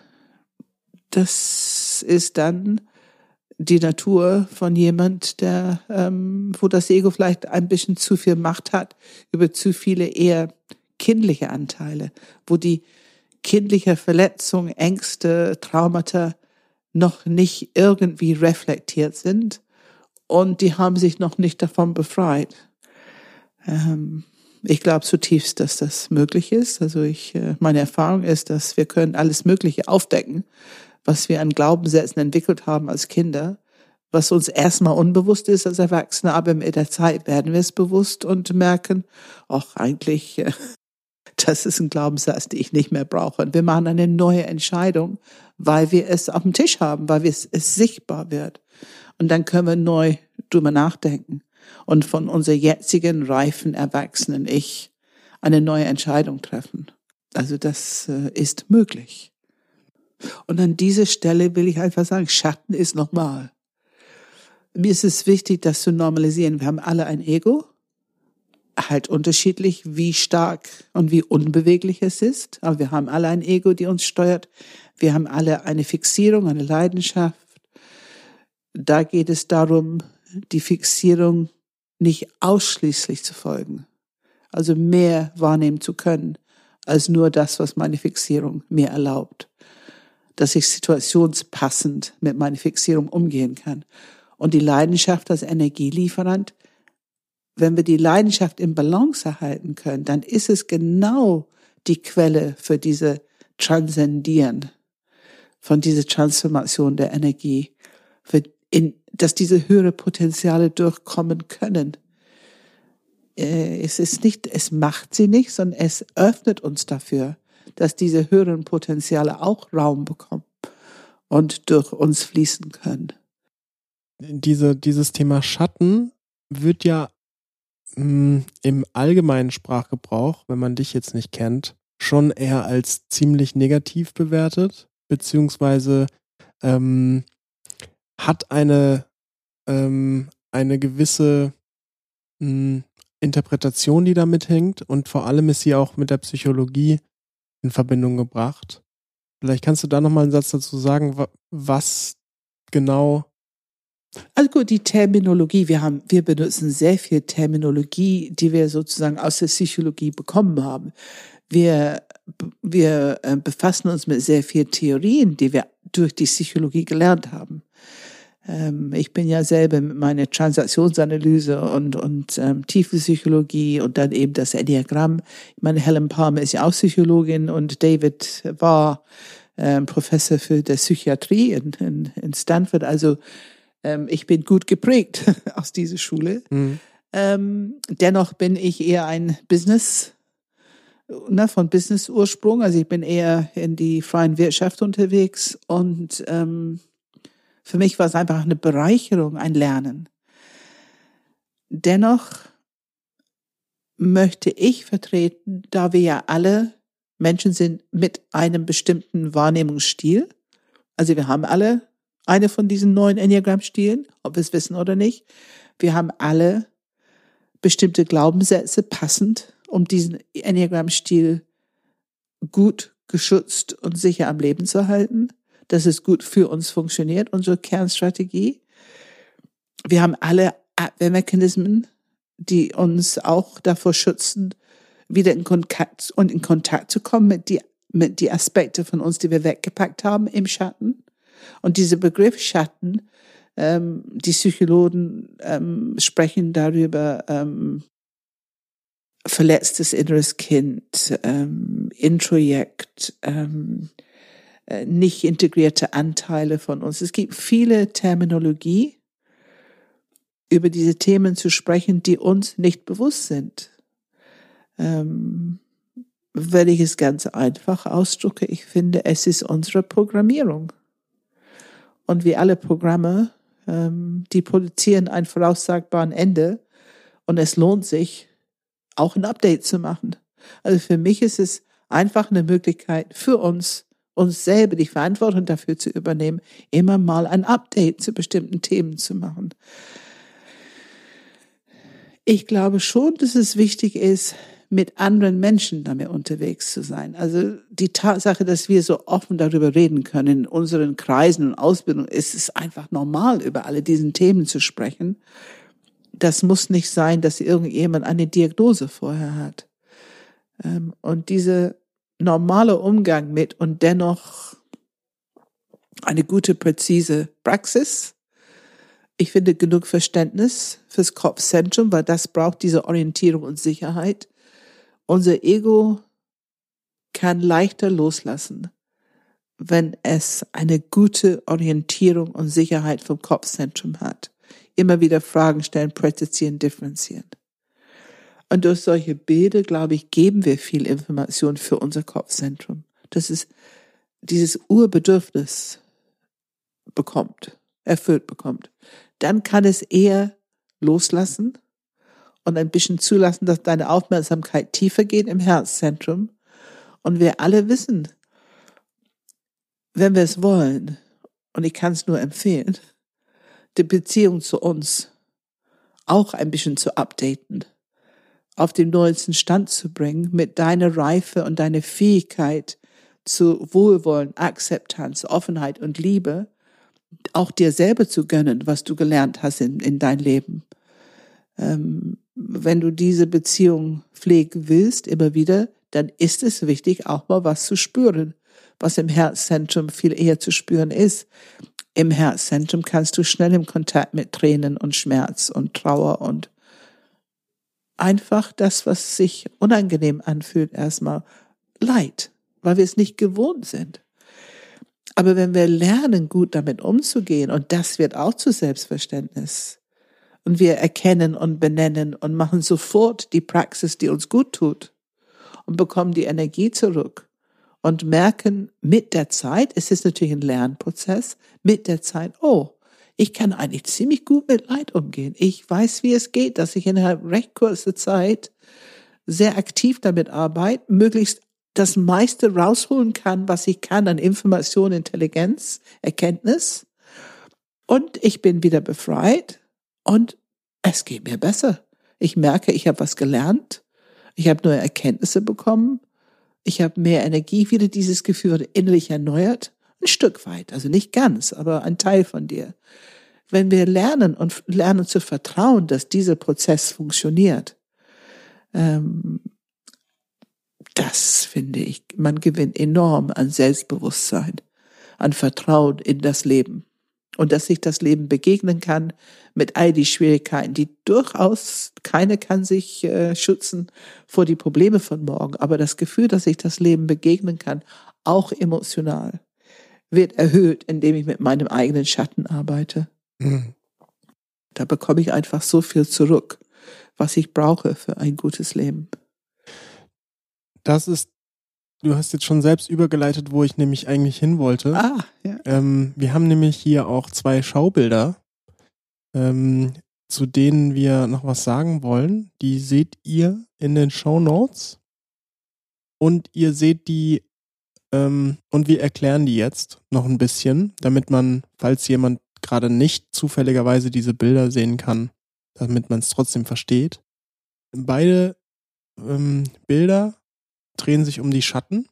Das ist dann die Natur von jemand, der, ähm, wo das Ego vielleicht ein bisschen zu viel Macht hat über zu viele eher kindliche Anteile, wo die kindliche Verletzung, Ängste, Traumata noch nicht irgendwie reflektiert sind. Und die haben sich noch nicht davon befreit. Ähm, ich glaube zutiefst, dass das möglich ist. Also ich, meine Erfahrung ist, dass wir können alles Mögliche aufdecken, was wir an Glaubenssätzen entwickelt haben als Kinder, was uns erstmal unbewusst ist als Erwachsene, aber mit der Zeit werden wir es bewusst und merken, ach, eigentlich, das ist ein Glaubenssatz, den ich nicht mehr brauche. Und wir machen eine neue Entscheidung, weil wir es auf dem Tisch haben, weil wir es, es sichtbar wird. Und dann können wir neu drüber nachdenken und von unser jetzigen reifen erwachsenen Ich eine neue Entscheidung treffen. Also das äh, ist möglich. Und an dieser Stelle will ich einfach sagen, Schatten ist normal. Mir ist es wichtig, das zu normalisieren. Wir haben alle ein Ego, halt unterschiedlich, wie stark und wie unbeweglich es ist. Aber wir haben alle ein Ego, die uns steuert. Wir haben alle eine Fixierung, eine Leidenschaft. Da geht es darum, die Fixierung nicht ausschließlich zu folgen. Also mehr wahrnehmen zu können, als nur das, was meine Fixierung mir erlaubt. Dass ich situationspassend mit meiner Fixierung umgehen kann. Und die Leidenschaft als Energielieferant, wenn wir die Leidenschaft im Balance erhalten können, dann ist es genau die Quelle für diese Transzendieren, von dieser Transformation der Energie, für in, dass diese höhere Potenziale durchkommen können. Äh, es ist nicht, es macht sie nicht, sondern es öffnet uns dafür, dass diese höheren Potenziale auch Raum bekommen und durch uns fließen können. Diese, dieses Thema Schatten wird ja mh, im allgemeinen Sprachgebrauch, wenn man dich jetzt nicht kennt, schon eher als ziemlich negativ bewertet, beziehungsweise ähm, hat eine, ähm, eine gewisse mh, Interpretation, die damit hängt, und vor allem ist sie auch mit der Psychologie in Verbindung gebracht. Vielleicht kannst du da nochmal einen Satz dazu sagen, was genau. Also gut, die Terminologie, wir haben, wir benutzen sehr viel Terminologie, die wir sozusagen aus der Psychologie bekommen haben. Wir, wir befassen uns mit sehr vielen Theorien, die wir durch die Psychologie gelernt haben. Ähm, ich bin ja selber mit meiner Transaktionsanalyse und, und ähm, Tiefenpsychologie und dann eben das Enneagramm. Ich meine, Helen Palmer ist ja auch Psychologin und David war ähm, Professor für die Psychiatrie in, in, in Stanford. Also ähm, ich bin gut geprägt aus dieser Schule. Mhm. Ähm, dennoch bin ich eher ein Business, ne, von Business-Ursprung. Also ich bin eher in die freien Wirtschaft unterwegs und ähm, für mich war es einfach eine Bereicherung, ein Lernen. Dennoch möchte ich vertreten, da wir ja alle Menschen sind mit einem bestimmten Wahrnehmungsstil. Also wir haben alle eine von diesen neuen Enneagramm-Stilen, ob wir es wissen oder nicht. Wir haben alle bestimmte Glaubenssätze passend, um diesen Enneagramm-Stil gut geschützt und sicher am Leben zu halten. Dass es gut für uns funktioniert, unsere Kernstrategie. Wir haben alle Abwehrmechanismen, die uns auch davor schützen, wieder in Kontakt und in Kontakt zu kommen mit die, mit die Aspekte von uns, die wir weggepackt haben im Schatten. Und dieser Begriff Schatten, ähm, die Psychologen ähm, sprechen darüber, ähm, verletztes inneres Kind, ähm, Introjekt, ähm, nicht integrierte Anteile von uns. Es gibt viele Terminologie, über diese Themen zu sprechen, die uns nicht bewusst sind. Ähm, wenn ich es ganz einfach ausdrücke, ich finde, es ist unsere Programmierung. Und wie alle Programme, ähm, die produzieren ein voraussagbaren Ende und es lohnt sich, auch ein Update zu machen. Also für mich ist es einfach eine Möglichkeit für uns, uns selber die Verantwortung dafür zu übernehmen, immer mal ein Update zu bestimmten Themen zu machen. Ich glaube schon, dass es wichtig ist, mit anderen Menschen damit unterwegs zu sein. Also die Tatsache, dass wir so offen darüber reden können in unseren Kreisen und Ausbildungen, ist es einfach normal, über alle diesen Themen zu sprechen. Das muss nicht sein, dass irgendjemand eine Diagnose vorher hat. Und diese normale Umgang mit und dennoch eine gute, präzise Praxis. Ich finde genug Verständnis fürs Kopfzentrum, weil das braucht diese Orientierung und Sicherheit, Unser Ego kann leichter loslassen, wenn es eine gute Orientierung und Sicherheit vom Kopfzentrum hat. Immer wieder Fragen stellen, präzisieren, differenzieren. Und durch solche Bilder, glaube ich, geben wir viel Information für unser Kopfzentrum. Das ist dieses Urbedürfnis bekommt, erfüllt bekommt. Dann kann es eher loslassen und ein bisschen zulassen, dass deine Aufmerksamkeit tiefer geht im Herzzentrum. Und wir alle wissen, wenn wir es wollen, und ich kann es nur empfehlen, die Beziehung zu uns auch ein bisschen zu updaten, auf den neuesten Stand zu bringen, mit deiner Reife und deiner Fähigkeit zu Wohlwollen, Akzeptanz, Offenheit und Liebe, auch dir selber zu gönnen, was du gelernt hast in, in dein Leben. Ähm, wenn du diese Beziehung pflegen willst, immer wieder, dann ist es wichtig, auch mal was zu spüren, was im Herzzentrum viel eher zu spüren ist. Im Herzzentrum kannst du schnell im Kontakt mit Tränen und Schmerz und Trauer und einfach das, was sich unangenehm anfühlt, erstmal Leid, weil wir es nicht gewohnt sind. Aber wenn wir lernen, gut damit umzugehen, und das wird auch zu Selbstverständnis, und wir erkennen und benennen und machen sofort die Praxis, die uns gut tut, und bekommen die Energie zurück und merken mit der Zeit, es ist natürlich ein Lernprozess, mit der Zeit, oh, ich kann eigentlich ziemlich gut mit Leid umgehen. Ich weiß, wie es geht, dass ich innerhalb recht kurzer Zeit sehr aktiv damit arbeite, möglichst das meiste rausholen kann, was ich kann an Information, Intelligenz, Erkenntnis. Und ich bin wieder befreit und es geht mir besser. Ich merke, ich habe was gelernt. Ich habe neue Erkenntnisse bekommen. Ich habe mehr Energie, wieder dieses Gefühl wurde innerlich erneuert. Ein Stück weit, also nicht ganz, aber ein Teil von dir. Wenn wir lernen und lernen zu vertrauen, dass dieser Prozess funktioniert, ähm, das finde ich, man gewinnt enorm an Selbstbewusstsein, an Vertrauen in das Leben. Und dass sich das Leben begegnen kann mit all die Schwierigkeiten, die durchaus, keine kann sich äh, schützen vor die Probleme von morgen. Aber das Gefühl, dass sich das Leben begegnen kann, auch emotional, wird erhöht, indem ich mit meinem eigenen Schatten arbeite. Mhm. Da bekomme ich einfach so viel zurück, was ich brauche für ein gutes Leben. Das ist, du hast jetzt schon selbst übergeleitet, wo ich nämlich eigentlich hin wollte. Ah, ja. Ähm, wir haben nämlich hier auch zwei Schaubilder, ähm, zu denen wir noch was sagen wollen. Die seht ihr in den Shownotes. Und ihr seht die, ähm, und wir erklären die jetzt noch ein bisschen, damit man, falls jemand gerade nicht zufälligerweise diese Bilder sehen kann, damit man es trotzdem versteht. Beide ähm, Bilder drehen sich um die Schatten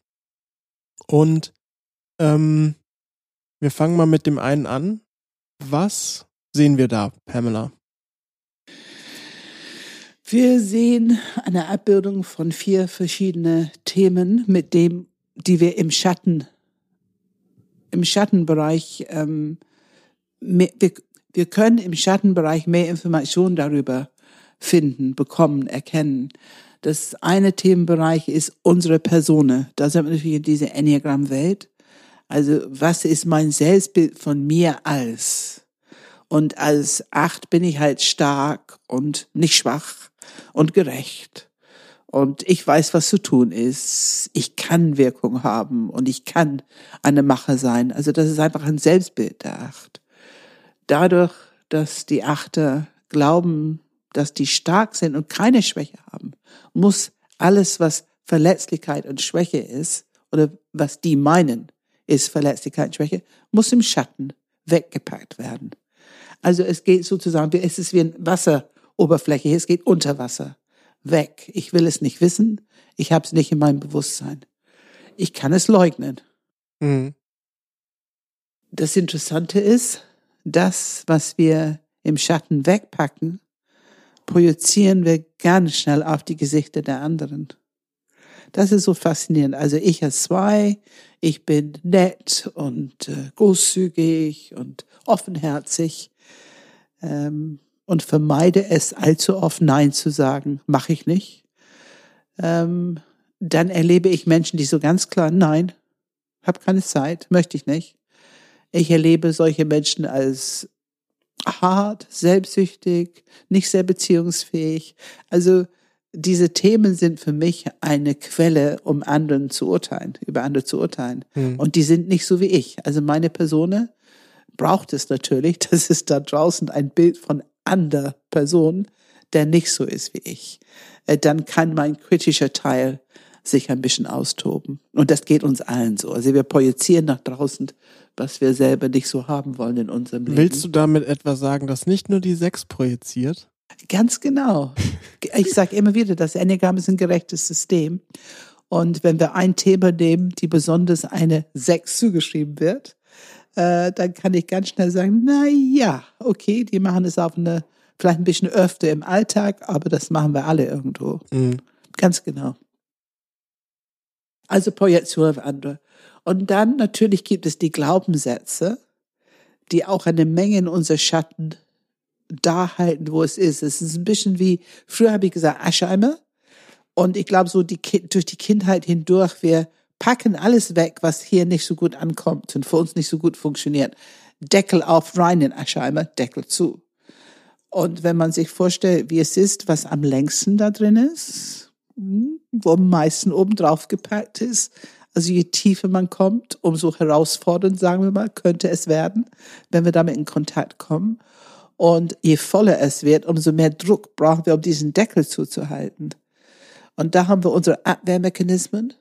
und ähm, wir fangen mal mit dem einen an. Was sehen wir da, Pamela? Wir sehen eine Abbildung von vier verschiedene Themen, mit dem, die wir im Schatten, im Schattenbereich, ähm, mehr, wir, wir können im Schattenbereich mehr Informationen darüber finden, bekommen, erkennen. Das eine Themenbereich ist unsere Person. Da sind wir natürlich in dieser Enneagramm-Welt. Also was ist mein Selbstbild von mir als? Und als Acht bin ich halt stark und nicht schwach und gerecht. Und ich weiß, was zu tun ist. Ich kann Wirkung haben und ich kann eine Macher sein. Also das ist einfach ein Selbstbild der Acht. Dadurch, dass die Achter glauben, dass die stark sind und keine Schwäche haben, muss alles, was Verletzlichkeit und Schwäche ist, oder was die meinen, ist Verletzlichkeit und Schwäche, muss im Schatten weggepackt werden. Also es geht sozusagen, es ist wie eine Wasseroberfläche, es geht unter Wasser, weg. Ich will es nicht wissen, ich habe es nicht in meinem Bewusstsein. Ich kann es leugnen. Mhm. Das Interessante ist, das, was wir im Schatten wegpacken, projizieren wir ganz schnell auf die Gesichter der anderen. Das ist so faszinierend. Also ich als Zwei, ich bin nett und äh, großzügig und offenherzig ähm, und vermeide es allzu oft Nein zu sagen, mache ich nicht. ähm, dann erlebe ich Menschen, die so ganz klar, nein, habe keine Zeit, möchte ich nicht. Ich erlebe solche Menschen als hart, selbstsüchtig, nicht sehr beziehungsfähig. Also diese Themen sind für mich eine Quelle, um anderen zu urteilen, über andere zu urteilen. Hm. Und die sind nicht so wie ich. Also meine Person braucht es natürlich, dass es da draußen ein Bild von anderer Person, der nicht so ist wie ich. Dann kann mein kritischer Teil sich ein bisschen austoben. Und das geht uns allen so. Also wir projizieren nach draußen, was wir selber nicht so haben wollen in unserem Leben. Willst du damit etwa sagen, dass nicht nur die Sechs projiziert? Ganz genau. Ich sage immer wieder, das Enneagramm ist ein gerechtes System. Und wenn wir ein Thema nehmen, die besonders eine Sechs zugeschrieben wird, äh, dann kann ich ganz schnell sagen, na ja, okay, die machen es auf eine, vielleicht ein bisschen öfter im Alltag, aber das machen wir alle irgendwo. Mhm. Ganz genau. Also Projektion auf andere. Und dann natürlich gibt es die Glaubenssätze, die auch eine Menge in unser Schatten da halten, wo es ist. Es ist ein bisschen wie, früher habe ich gesagt, Ascheimer. Und ich glaube, so die, durch die Kindheit hindurch, wir packen alles weg, was hier nicht so gut ankommt und für uns nicht so gut funktioniert. Deckel auf, rein in Ascheimer, Deckel zu. Und wenn man sich vorstellt, wie es ist, was am längsten da drin ist, wo am meisten oben drauf gepackt ist, also je tiefer man kommt, umso herausfordernd, sagen wir mal, könnte es werden, wenn wir damit in Kontakt kommen. Und je voller es wird, umso mehr Druck brauchen wir, um diesen Deckel zuzuhalten. Und da haben wir unsere Abwehrmechanismen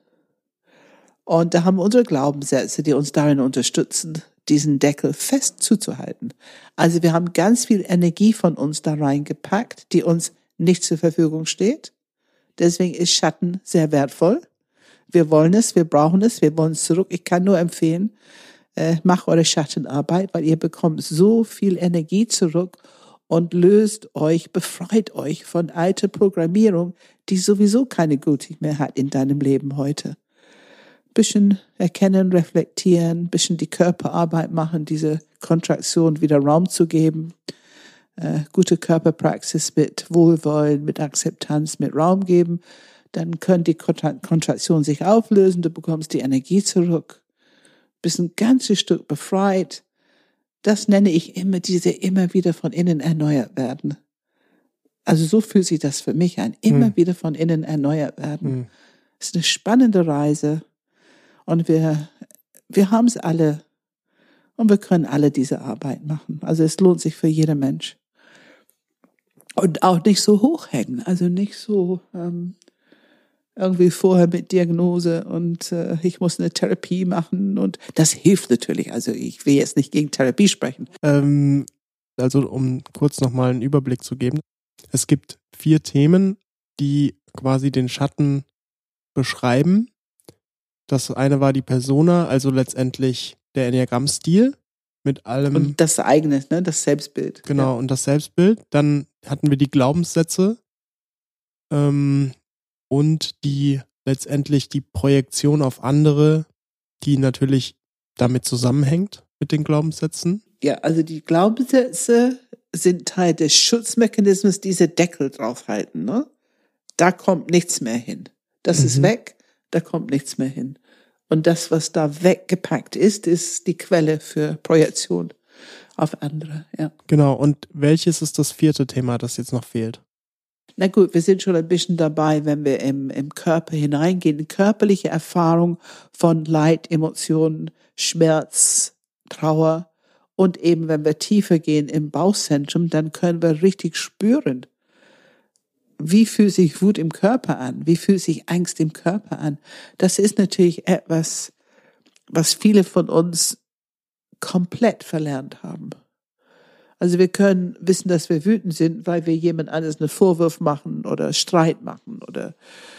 und da haben wir unsere Glaubenssätze, die uns darin unterstützen, diesen Deckel fest zuzuhalten. Also wir haben ganz viel Energie von uns da reingepackt, die uns nicht zur Verfügung steht. Deswegen ist Schatten sehr wertvoll. Wir wollen es, wir brauchen es, wir wollen es zurück. Ich kann nur empfehlen, äh, macht eure Schattenarbeit, weil ihr bekommt so viel Energie zurück und löst euch, befreit euch von alter Programmierung, die sowieso keine Gültigkeit mehr hat in deinem Leben heute. Bisschen erkennen, reflektieren, bisschen die Körperarbeit machen, diese Kontraktion wieder Raum zu geben. Äh, gute Körperpraxis mit Wohlwollen, mit Akzeptanz, mit Raum geben. Dann können die Kontraktionen sich auflösen, du bekommst die Energie zurück. Bist ein ganzes Stück befreit. Das nenne ich immer diese immer wieder von innen erneuert werden. Also so fühlt sich das für mich an. Immer hm. wieder von innen erneuert werden. Hm. Es ist eine spannende Reise. Und wir, wir haben es alle. Und wir können alle diese Arbeit machen. Also es lohnt sich für jeden Mensch. Und auch nicht so hochhängen. Also nicht so ähm, irgendwie vorher mit Diagnose und äh, ich muss eine Therapie machen. Und das hilft natürlich. Also ich will jetzt nicht gegen Therapie sprechen. Ähm, also um kurz nochmal einen Überblick zu geben. Es gibt vier Themen, die quasi den Schatten beschreiben. Das eine war die Persona, also letztendlich der Enneagramm-Stil mit allem. Und das eigene, ne, das Selbstbild. Genau, ja. Und das Selbstbild. Dann hatten wir die Glaubenssätze ähm, und die letztendlich die Projektion auf andere, die natürlich damit zusammenhängt mit den Glaubenssätzen. Ja, also die Glaubenssätze sind Teil des Schutzmechanismus, diese Deckel draufhalten. Ne? Da kommt nichts mehr hin. Das mhm. ist weg, da kommt nichts mehr hin. Und das, was da weggepackt ist, ist die Quelle für Projektion auf andere. Ja. Genau, und welches ist das vierte Thema, das jetzt noch fehlt? Na gut, wir sind schon ein bisschen dabei, wenn wir im, im Körper hineingehen. Körperliche Erfahrung von Leid, Emotionen, Schmerz, Trauer. Und eben, wenn wir tiefer gehen im Bauchzentrum, dann können wir richtig spüren, wie fühlt sich Wut im Körper an? Wie fühlt sich Angst im Körper an? Das ist natürlich etwas, was viele von uns komplett verlernt haben. Also wir können wissen, dass wir wütend sind, weil wir jemand anderes einen Vorwurf machen oder Streit machen oder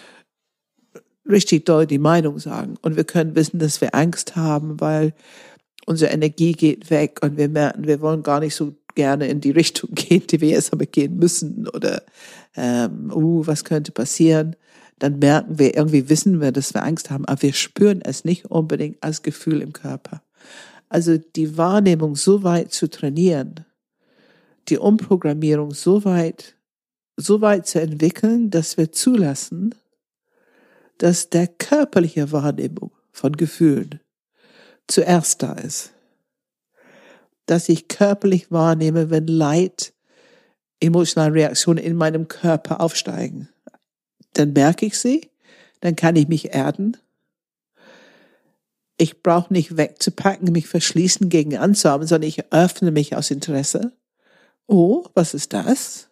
richtig doll die Meinung sagen. Und wir können wissen, dass wir Angst haben, weil unsere Energie geht weg und wir merken, wir wollen gar nicht so gerne in die Richtung gehen, die wir jetzt aber gehen müssen oder ähm, uh, was könnte passieren. Dann merken wir, irgendwie wissen wir, dass wir Angst haben, aber wir spüren es nicht unbedingt als Gefühl im Körper. Also die Wahrnehmung so weit zu trainieren, die Umprogrammierung so weit, so weit zu entwickeln, dass wir zulassen, dass der körperliche Wahrnehmung von Gefühlen zuerst da ist. Dass ich körperlich wahrnehme, wenn Leid, emotionale Reaktionen in meinem Körper aufsteigen. Dann merke ich sie, dann kann ich mich erden. Ich brauche nicht wegzupacken, mich verschließen gegen anzuhaben, sondern ich öffne mich aus Interesse. Oh, was ist das?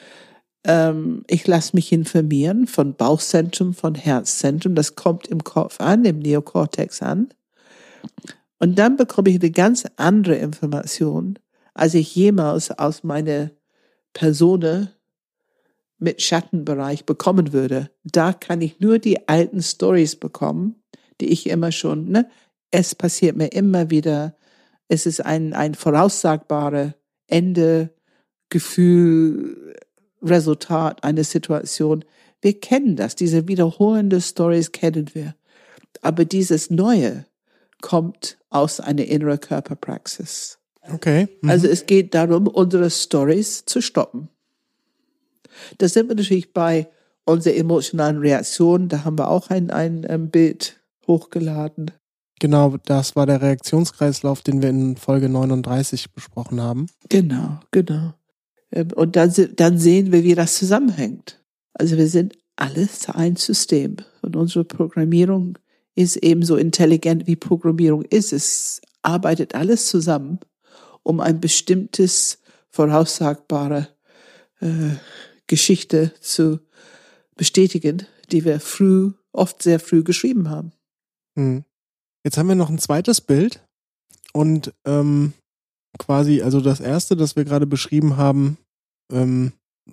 Ähm, ich lasse mich informieren von Bauchzentrum, von Herzzentrum. Das kommt im Kopf an, im Neokortex an. Und dann bekomme ich eine ganz andere Information, als ich jemals aus meiner Persona mit Schattenbereich bekommen würde. Da kann ich nur die alten Stories bekommen, die ich immer schon, ne? Es passiert mir immer wieder. Es ist ein, ein voraussagbares Ende, Gefühl, Resultat einer Situation. Wir kennen das. Diese wiederholende Stories kennen wir. Aber dieses Neue kommt aus einer inneren Körperpraxis. Okay. Mhm. Also es geht darum, unsere Stories zu stoppen. Da sind wir natürlich bei unserer emotionalen Reaktion. Da haben wir auch ein, ein, ein Bild hochgeladen. Genau, das war der Reaktionskreislauf, den wir in Folge neununddreißig besprochen haben. Genau, genau. Und dann, dann sehen wir, wie das zusammenhängt. Also wir sind alles ein System. Und unsere Programmierung ist ebenso intelligent, wie Programmierung ist. Es arbeitet alles zusammen, um ein bestimmtes, voraussagbare äh, Geschichte zu bestätigen, die wir früh, oft sehr früh geschrieben haben. Hm. Jetzt haben wir noch ein zweites Bild und ähm, quasi, also das erste, das wir gerade beschrieben haben, ähm,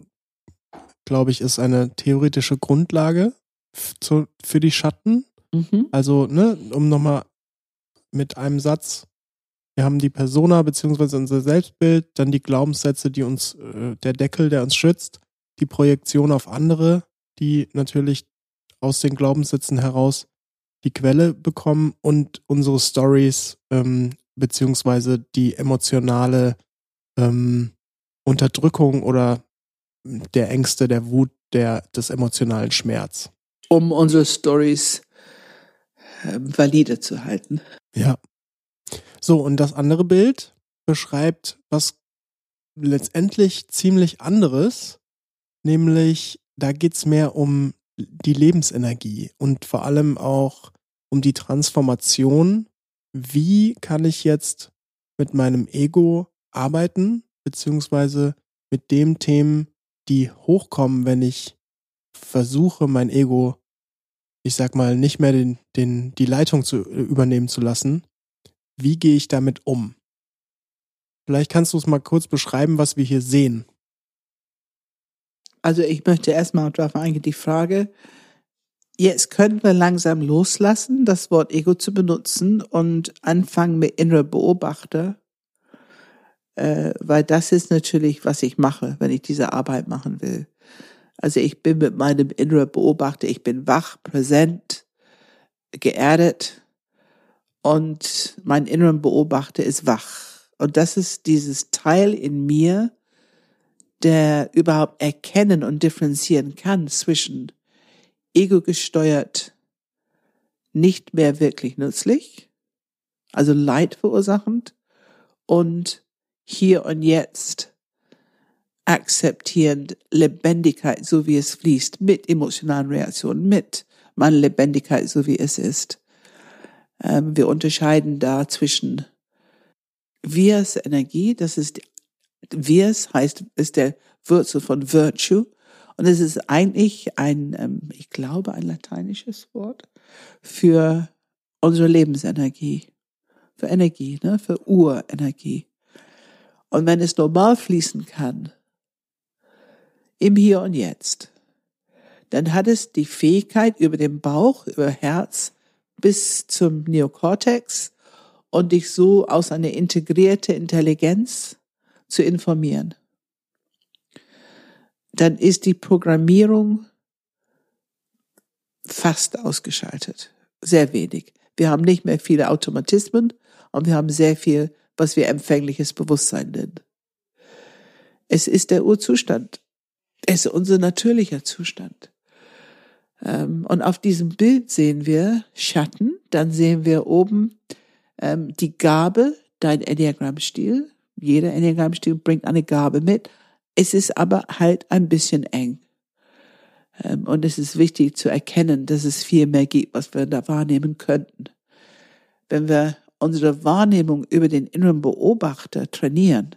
glaube ich, ist eine theoretische Grundlage f- zu, für die Schatten. Mhm. Also, ne, um nochmal mit einem Satz, wir haben die Persona beziehungsweise unser Selbstbild, dann die Glaubenssätze, die uns, äh, der Deckel, der uns schützt, die Projektion auf andere, die natürlich aus den Glaubenssätzen heraus die Quelle bekommen und unsere Stories, ähm, beziehungsweise die emotionale ähm, Unterdrückung oder der Ängste, der Wut, der, des emotionalen Schmerz. Um unsere Stories äh, valide zu halten. Ja. So, und das andere Bild beschreibt was letztendlich ziemlich anderes, nämlich da geht's mehr um die Lebensenergie und vor allem auch um die Transformation. Wie kann ich jetzt mit meinem Ego arbeiten, beziehungsweise mit den Themen, die hochkommen, wenn ich versuche, mein Ego, ich sag mal, nicht mehr den, den, die Leitung zu übernehmen zu lassen. Wie gehe ich damit um? Vielleicht kannst du es mal kurz beschreiben, was wir hier sehen. Also ich möchte erstmal darauf eingehen, die Frage, jetzt können wir langsam loslassen, das Wort Ego zu benutzen und anfangen mit innerer Beobachter, äh, weil das ist natürlich, was ich mache, wenn ich diese Arbeit machen will. Also ich bin mit meinem inneren Beobachter, ich bin wach, präsent, geerdet und mein inneren Beobachter ist wach. Und das ist dieses Teil in mir, der überhaupt erkennen und differenzieren kann zwischen ego gesteuert, nicht mehr wirklich nützlich, also Leid verursachend, und hier und jetzt akzeptierend Lebendigkeit, so wie es fließt, mit emotionalen Reaktionen, mit meiner Lebendigkeit, so wie es ist. Ähm, wir unterscheiden da zwischen Virs Energie, das ist, Virs heißt, ist der Wurzel von Virtue, und es ist eigentlich ein, ähm, ich glaube, ein lateinisches Wort für unsere Lebensenergie, für Energie, ne, für Urenergie. Und wenn es normal fließen kann, im Hier und Jetzt, dann hat es die Fähigkeit, über den Bauch, über Herz bis zum Neokortex und dich so aus einer integrierten Intelligenz zu informieren. Dann ist die Programmierung fast ausgeschaltet. Sehr wenig. Wir haben nicht mehr viele Automatismen und wir haben sehr viel, was wir empfängliches Bewusstsein nennen. Es ist der Urzustand. Es ist unser natürlicher Zustand. Ähm, und auf diesem Bild sehen wir Schatten, dann sehen wir oben ähm, die Gabe, dein Enneagrammstil. Jeder Enneagrammstil bringt eine Gabe mit. Es ist aber halt ein bisschen eng. Ähm, und es ist wichtig zu erkennen, dass es viel mehr gibt, was wir da wahrnehmen könnten. Wenn wir unsere Wahrnehmung über den inneren Beobachter trainieren,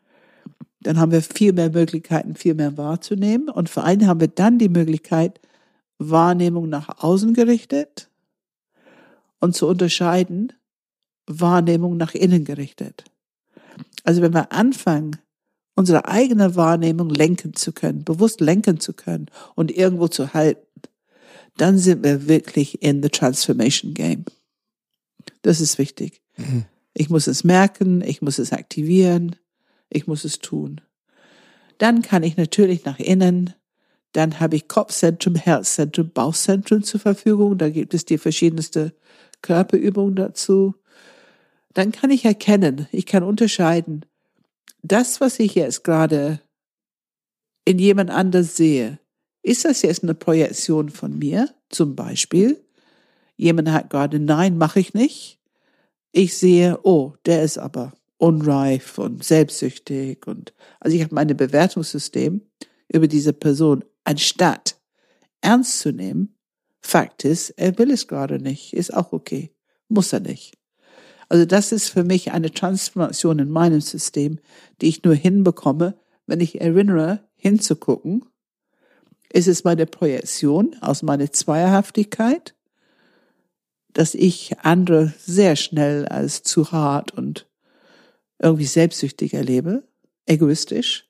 dann haben wir viel mehr Möglichkeiten, viel mehr wahrzunehmen. Und vor allem haben wir dann die Möglichkeit, Wahrnehmung nach außen gerichtet und zu unterscheiden, Wahrnehmung nach innen gerichtet. Also wenn wir anfangen, unsere eigene Wahrnehmung lenken zu können, bewusst lenken zu können und irgendwo zu halten, dann sind wir wirklich in the transformation game. Das ist wichtig. Mhm. Ich muss es merken, ich muss es aktivieren, ich muss es tun. Dann kann ich natürlich nach innen, dann habe ich Kopfzentrum, Herzzentrum, Bauchzentrum zur Verfügung, da gibt es die verschiedenste Körperübungen dazu. Dann kann ich erkennen, ich kann unterscheiden, das, was ich jetzt gerade in jemand anders sehe, ist das jetzt eine Projektion von mir? Zum Beispiel, jemand hat gerade, nein, mache ich nicht. Ich sehe, oh, der ist aber unreif und selbstsüchtig. Und also ich habe mein Bewertungssystem über diese Person, anstatt ernst zu nehmen. Fakt ist, er will es gerade nicht, ist auch okay, muss er nicht. Also das ist für mich eine Transformation in meinem System, die ich nur hinbekomme, wenn ich erinnere, hinzugucken. Ist es meine Projektion aus meiner Zweierhaftigkeit, dass ich andere sehr schnell als zu hart und irgendwie selbstsüchtig erlebe, egoistisch?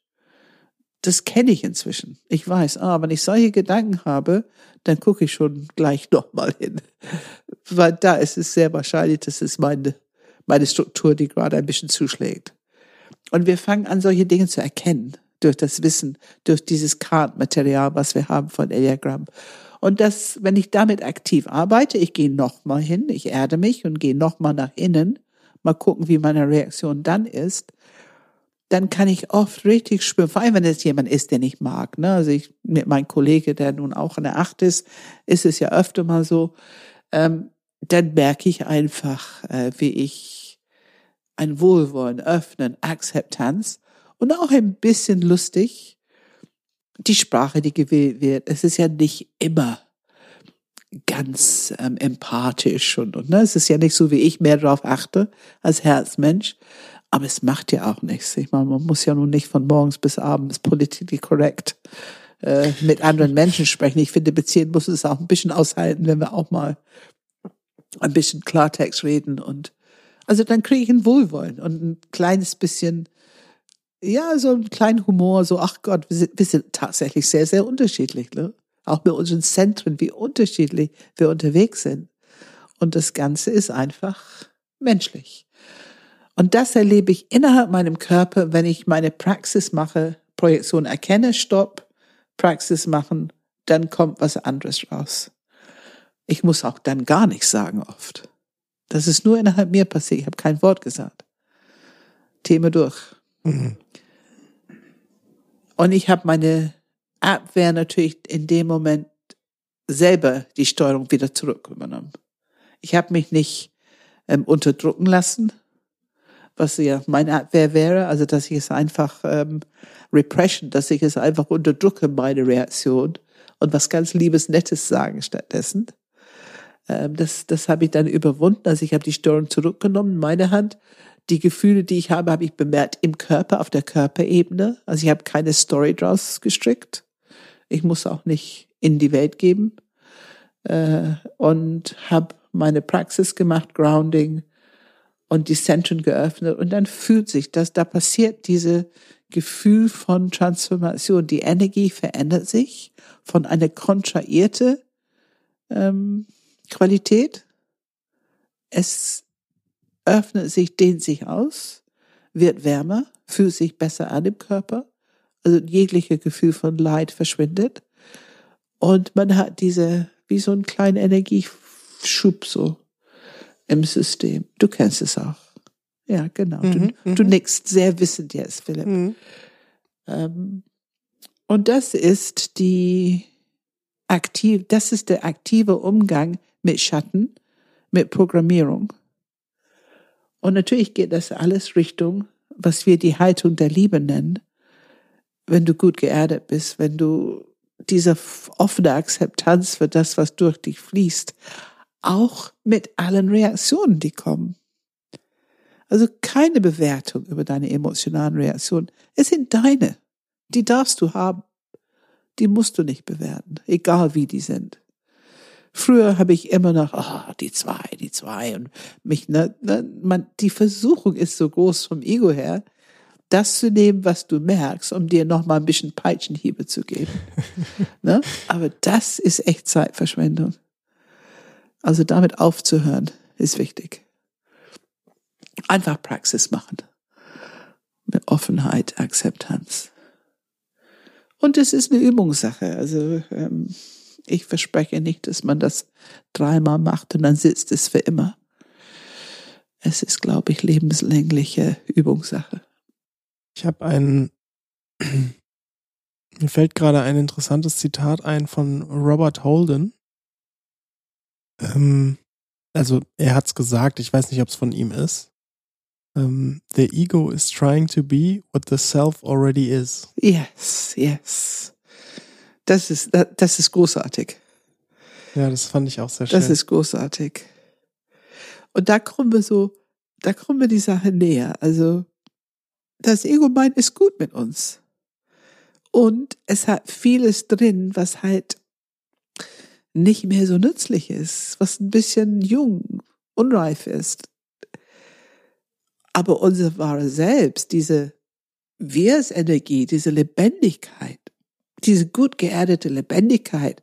Das kenne ich inzwischen. Ich weiß, ah, wenn ich solche Gedanken habe, dann gucke ich schon gleich nochmal hin. Weil da ist es sehr wahrscheinlich, das ist meine, meine Struktur, die gerade ein bisschen zuschlägt. Und wir fangen an, solche Dinge zu erkennen, durch das Wissen, durch dieses Kartenmaterial, was wir haben von Enneagramm. Und das, wenn ich damit aktiv arbeite, ich gehe nochmal hin, ich erde mich und gehe nochmal nach innen, mal gucken, wie meine Reaktion dann ist, dann kann ich oft richtig spüren, vor allem wenn es jemand ist, den ich mag. Ne? Also ich, mit meinem Kollege, der nun auch eine Acht ist, ist es ja öfter mal so, ähm, dann merke ich einfach, äh, wie ich ein Wohlwollen, Öffnen, Akzeptanz und auch ein bisschen lustig, die Sprache, die gewählt wird. Es ist ja nicht immer ganz ähm, empathisch und, und ne? Es ist ja nicht so, wie ich mehr darauf achte als Herzmensch. Aber es macht ja auch nichts. Ich meine, man muss ja nun nicht von morgens bis abends politically correct äh, mit anderen Menschen sprechen. Ich finde, Beziehung muss es auch ein bisschen aushalten, wenn wir auch mal ein bisschen Klartext reden. Und also dann kriege ich ein Wohlwollen und ein kleines bisschen, ja, so einen kleinen Humor, so, ach Gott, wir sind, wir sind tatsächlich sehr, sehr unterschiedlich, ne? Auch mit unseren Zentren, wie unterschiedlich wir unterwegs sind. Und das Ganze ist einfach menschlich. Und das erlebe ich innerhalb meinem Körper, wenn ich meine Praxis mache, Projektion erkenne, stopp, Praxis machen, dann kommt was anderes raus. Ich muss auch dann gar nichts sagen oft. Das ist nur innerhalb mir passiert, ich habe kein Wort gesagt. Thema durch. Mhm. Und ich habe meine Abwehr natürlich in dem Moment selber die Steuerung wieder zurück übernommen. Ich habe mich nicht ähm, unterdrücken lassen, was ja meine Abwehr wäre, also dass ich es einfach ähm, Repression, dass ich es einfach unterdrücke, meine Reaktion und was ganz Liebes, Nettes sagen stattdessen. Ähm, das das habe ich dann überwunden, also ich habe die Steuerung zurückgenommen, meine Hand. Die Gefühle, die ich habe, habe ich bemerkt im Körper, auf der Körperebene. Also ich habe keine Story draus gestrickt. Ich muss auch nicht in die Welt geben. Äh, und habe meine Praxis gemacht, Grounding, und die Zentren geöffnet und dann fühlt sich das, da passiert diese Gefühl von Transformation. Die Energie verändert sich von einer kontrahierte ähm, Qualität. Es öffnet sich, dehnt sich aus, wird wärmer, fühlt sich besser an im Körper. Also jegliches Gefühl von Leid verschwindet. Und man hat diese, wie so einen kleinen Energieschub so im System. Du kennst es auch. Ja, genau. Mhm, du, du nickst sehr wissend jetzt, Philipp. Mhm. Ähm, und das ist die aktiv, das ist der aktive Umgang mit Schatten, mit Programmierung. Und natürlich geht das alles Richtung, was wir die Haltung der Liebe nennen. Wenn du gut geerdet bist, wenn du diese offene Akzeptanz für das, was durch dich fließt, auch mit allen Reaktionen, die kommen. Also keine Bewertung über deine emotionalen Reaktionen. Es sind deine. Die darfst du haben. Die musst du nicht bewerten, egal wie die sind. Früher habe ich immer noch, oh, die zwei, die zwei und mich, ne, ne, man, die Versuchung ist so groß vom Ego her, das zu nehmen, was du merkst, um dir noch mal ein bisschen Peitschenhiebe zu geben. Ne? Aber das ist echt Zeitverschwendung. Also damit aufzuhören, ist wichtig. Einfach Praxis machen. Mit Offenheit, Akzeptanz. Und es ist eine Übungssache. Also ähm, ich verspreche nicht, dass man das dreimal macht und dann sitzt es für immer. Es ist, glaube ich, lebenslängliche Übungssache. Ich habe ein, mir fällt gerade ein interessantes Zitat ein von Robert Holden. Ähm, also er hat's gesagt, ich weiß nicht, ob es von ihm ist. Um, the ego is trying to be what the self already is. Yes, yes. Das ist, das ist großartig. Ja, das fand ich auch sehr schön. Das ist großartig. Und da kommen wir so, da kommen wir die Sache näher. Also, das Ego meint, ist gut mit uns. Und es hat vieles drin, was halt nicht mehr so nützlich ist, was ein bisschen jung, unreif ist. Aber unser wahres Selbst, diese Wir-Energie, diese Lebendigkeit, diese gut geerdete Lebendigkeit,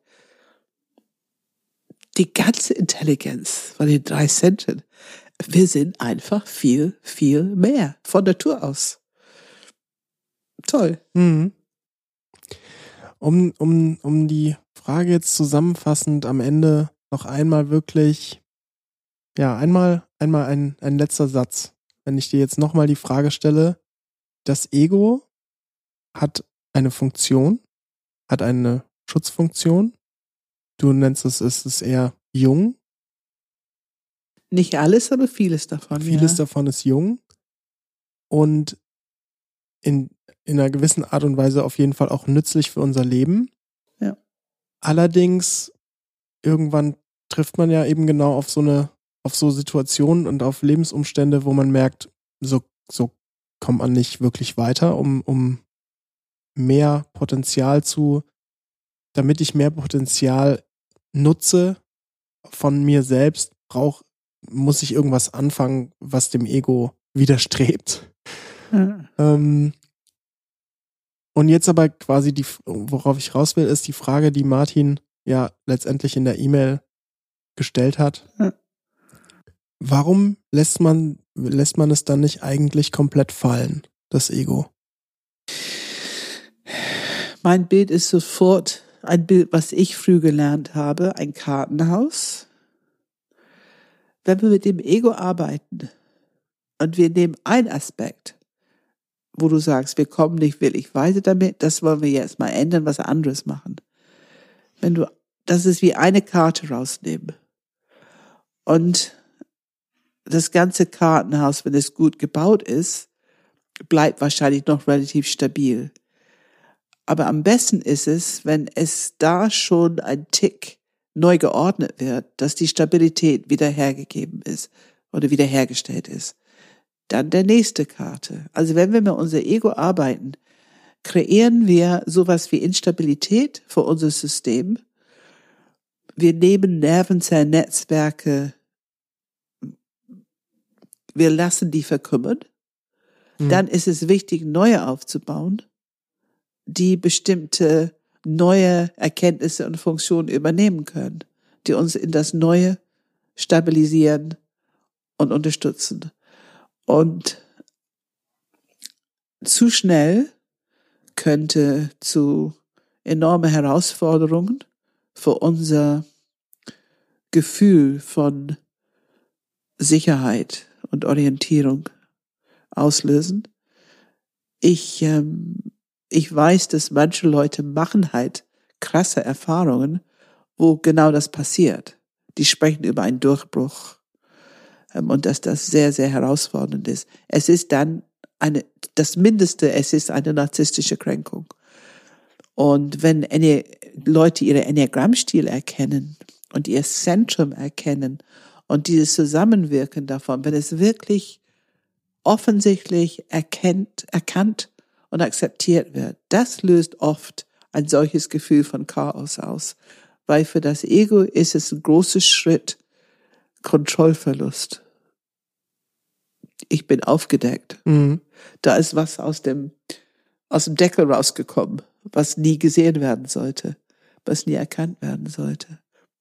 die ganze Intelligenz von den drei Zentren, wir sind einfach viel, viel mehr von Natur aus. Toll. Mhm. Um, um, um die Frage jetzt zusammenfassend am Ende noch einmal wirklich, ja, einmal, einmal ein, ein letzter Satz. Wenn ich dir jetzt nochmal die Frage stelle, das Ego hat eine Funktion, hat eine Schutzfunktion. Du nennst es, es ist eher jung. Nicht alles, aber vieles davon. Vieles ja. davon ist jung und in, in einer gewissen Art und Weise auf jeden Fall auch nützlich für unser Leben. Ja. Allerdings, irgendwann trifft man ja eben genau auf so eine auf so Situationen und auf Lebensumstände, wo man merkt, so, so kommt man nicht wirklich weiter, um, um mehr Potenzial zu, damit ich mehr Potenzial nutze von mir selbst, brauch, muss ich irgendwas anfangen, was dem Ego widerstrebt. Ja. Ähm, und jetzt aber quasi die, worauf ich raus will, ist die Frage, die Martin ja letztendlich in der E-Mail gestellt hat. Ja. Warum lässt man, lässt man es dann nicht eigentlich komplett fallen, das Ego? Mein Bild ist sofort ein Bild, was ich früh gelernt habe, ein Kartenhaus. Wenn wir mit dem Ego arbeiten und wir nehmen einen Aspekt, wo du sagst, wir kommen nicht wirklich weiter damit, das wollen wir jetzt mal ändern, was anderes machen. Wenn du, das ist wie eine Karte rausnehmen. Und das ganze Kartenhaus, wenn es gut gebaut ist, bleibt wahrscheinlich noch relativ stabil. Aber am besten ist es, wenn es da schon ein Tick neu geordnet wird, dass die Stabilität wieder hergegeben ist oder wiederhergestellt ist. Dann der nächste Karte. Also wenn wir mit unser Ego arbeiten, kreieren wir sowas wie Instabilität für unser System. Wir nehmen Nervenzellennetzwerke, wir lassen die verkümmern. Mhm. Dann ist es wichtig, neue aufzubauen, die bestimmte neue Erkenntnisse und Funktionen übernehmen können, die uns in das Neue stabilisieren und unterstützen. Und zu schnell könnte zu enorme Herausforderungen für unser Gefühl von Sicherheit und Orientierung auslösen. Ich, ähm, ich weiß, dass manche Leute machen halt krasse Erfahrungen wo genau das passiert. Die sprechen über einen Durchbruch ähm, und dass das sehr, sehr herausfordernd ist. Es ist dann eine, das Mindeste, es ist eine narzisstische Kränkung. Und wenn eine, Leute ihre Enneagrammstil erkennen und ihr Zentrum erkennen und dieses Zusammenwirken davon, wenn es wirklich offensichtlich erkennt, erkannt und akzeptiert wird, das löst oft ein solches Gefühl von Chaos aus. Weil für das Ego ist es ein großer Schritt, Kontrollverlust. Ich bin aufgedeckt. Mhm. Da ist was aus dem, aus dem Deckel rausgekommen, was nie gesehen werden sollte, was nie erkannt werden sollte.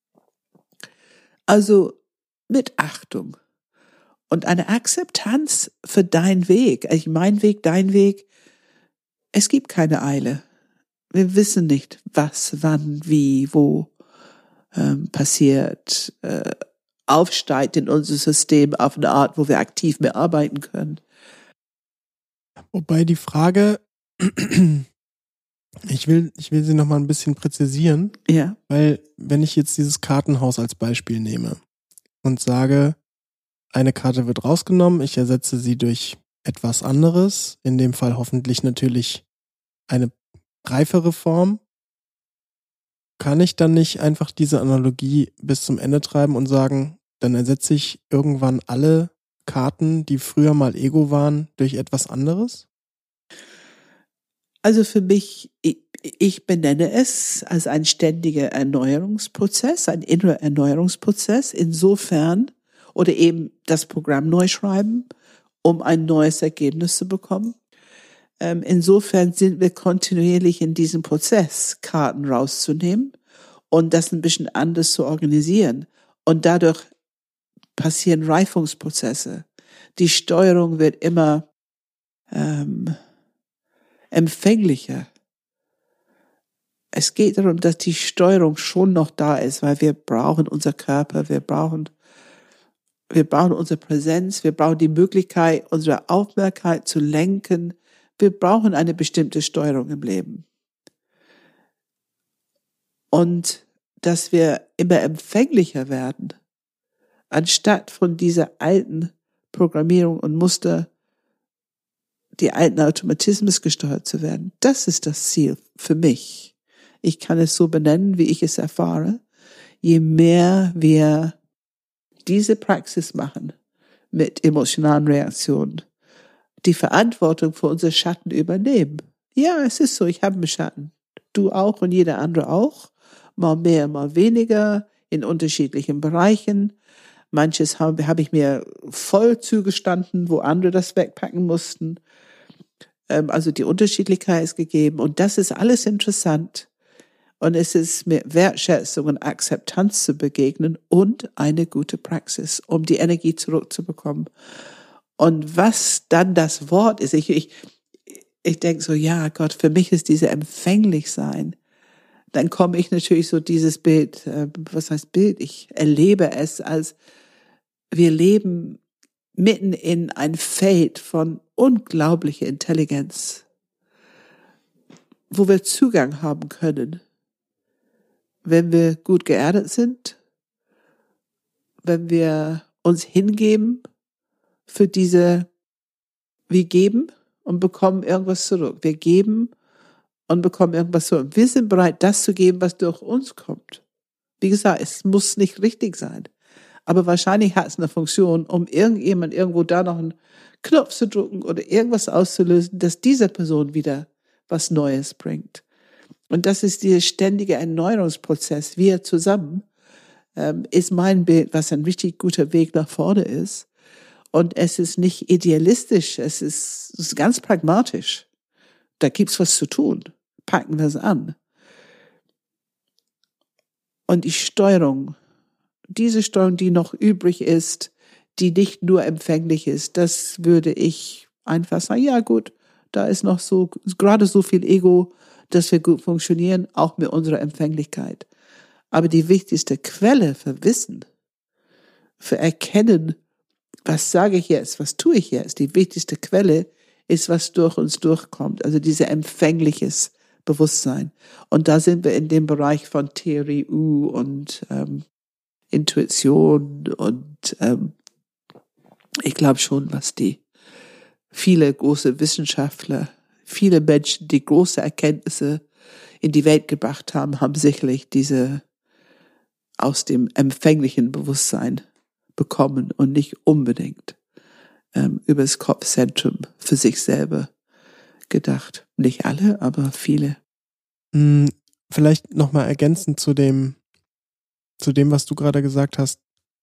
Also mit Achtung und eine Akzeptanz für deinen Weg. Also mein Weg, dein Weg. Es gibt keine Eile. Wir wissen nicht, was, wann, wie, wo ähm, passiert, äh, aufsteigt in unser System auf eine Art, wo wir aktiv mehr arbeiten können. Wobei die Frage, ich will, ich will sie noch mal ein bisschen präzisieren, Ja. weil wenn ich jetzt dieses Kartenhaus als Beispiel nehme und sage, eine Karte wird rausgenommen, ich ersetze sie durch etwas anderes, in dem Fall hoffentlich natürlich eine reifere Form, kann ich dann nicht einfach diese Analogie bis zum Ende treiben und sagen, dann ersetze ich irgendwann alle Karten, die früher mal Ego waren, durch etwas anderes? Also für mich, ich, ich benenne es als ein ständiger Erneuerungsprozess, ein innerer Erneuerungsprozess, insofern, oder eben das Programm neu schreiben, um ein neues Ergebnis zu bekommen. Ähm, insofern sind wir kontinuierlich in diesem Prozess, Karten rauszunehmen und das ein bisschen anders zu organisieren. Und dadurch passieren Reifungsprozesse. Die Steuerung wird immer ähm, empfänglicher. Es geht darum, dass die Steuerung schon noch da ist, weil wir brauchen unser Körper, wir brauchen, wir brauchen unsere Präsenz, wir brauchen die Möglichkeit, unsere Aufmerksamkeit zu lenken. Wir brauchen eine bestimmte Steuerung im Leben. Und dass wir immer empfänglicher werden, anstatt von dieser alten Programmierung und Muster, die alten Automatismus gesteuert zu werden. Das ist das Ziel für mich. Ich kann es so benennen, wie ich es erfahre. Je mehr wir diese Praxis machen mit emotionalen Reaktionen, die Verantwortung für unsere Schatten übernehmen. Ja, es ist so, ich habe einen Schatten. Du auch und jeder andere auch. Mal mehr, mal weniger, in unterschiedlichen Bereichen. Manches habe, habe ich mir voll zugestanden, wo andere das wegpacken mussten. Ähm, also die Unterschiedlichkeit ist gegeben. Und das ist alles interessant. Und es ist mit Wertschätzung und Akzeptanz zu begegnen und eine gute Praxis, um die Energie zurückzubekommen. Und was dann das Wort ist, ich, ich, ich denke so, ja Gott, für mich ist diese empfänglich sein. Dann komme ich natürlich so dieses Bild, äh, was heißt Bild? Ich erlebe es als, wir leben mitten in ein Feld von unglaublicher Intelligenz, wo wir Zugang haben können, wenn wir gut geerdet sind, wenn wir uns hingeben für diese, wir geben und bekommen irgendwas zurück. Wir geben und bekommen irgendwas zurück. Wir sind bereit, das zu geben, was durch uns kommt. Wie gesagt, es muss nicht richtig sein. Aber wahrscheinlich hat es eine Funktion, um irgendjemand irgendwo da noch einen Knopf zu drücken oder irgendwas auszulösen, dass dieser Person wieder was Neues bringt. Und das ist dieser ständige Erneuerungsprozess. Wir zusammen ähm, ist mein Bild, was ein richtig guter Weg nach vorne ist. Und es ist nicht idealistisch, es ist, es ist ganz pragmatisch. Da gibt's was zu tun. Packen wir es an. Und die Steuerung, diese Steuerung, die noch übrig ist, die nicht nur empfänglich ist, das würde ich einfach sagen, ja gut, da ist noch so, gerade so viel Ego, dass wir gut funktionieren, auch mit unserer Empfänglichkeit. Aber die wichtigste Quelle für Wissen, für Erkennen, was sage ich jetzt, was tue ich jetzt, die wichtigste Quelle ist, was durch uns durchkommt. Also diese empfängliches Bewusstsein. Und da sind wir in dem Bereich von Theorie U und ähm, Intuition und ähm, ich glaube schon, was die viele große Wissenschaftler, viele Menschen, die große Erkenntnisse in die Welt gebracht haben, haben sicherlich diese aus dem empfänglichen Bewusstsein bekommen und nicht unbedingt ähm, über das Kopfzentrum für sich selber gedacht. Nicht alle, aber viele. Hm, vielleicht nochmal ergänzend zu dem, zu dem, was du gerade gesagt hast.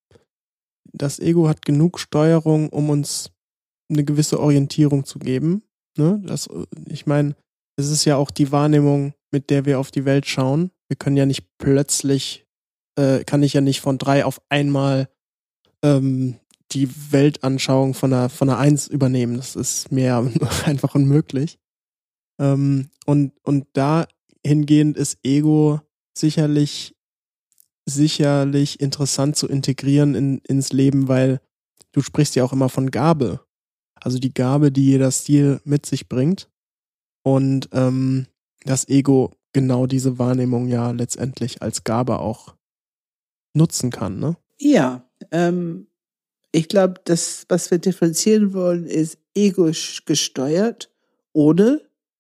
Das Ego hat genug Steuerung, um uns eine gewisse Orientierung zu geben. Ne? Das, ich meine, es ist ja auch die Wahrnehmung, mit der wir auf die Welt schauen. Wir können ja nicht plötzlich, äh, kann ich ja nicht von drei auf einmal ähm, die Weltanschauung von einer, von einer Eins übernehmen. Das ist mir einfach unmöglich. Ähm, und, und dahingehend ist Ego sicherlich sicherlich interessant zu integrieren in, ins Leben, weil du sprichst ja auch immer von Gabe. Also die Gabe, die jeder Stil mit sich bringt. Und ähm, das Ego genau diese Wahrnehmung ja letztendlich als Gabe auch nutzen kann, ne? Ja, ähm, ich glaube, das, was wir differenzieren wollen, ist Ego gesteuert, ohne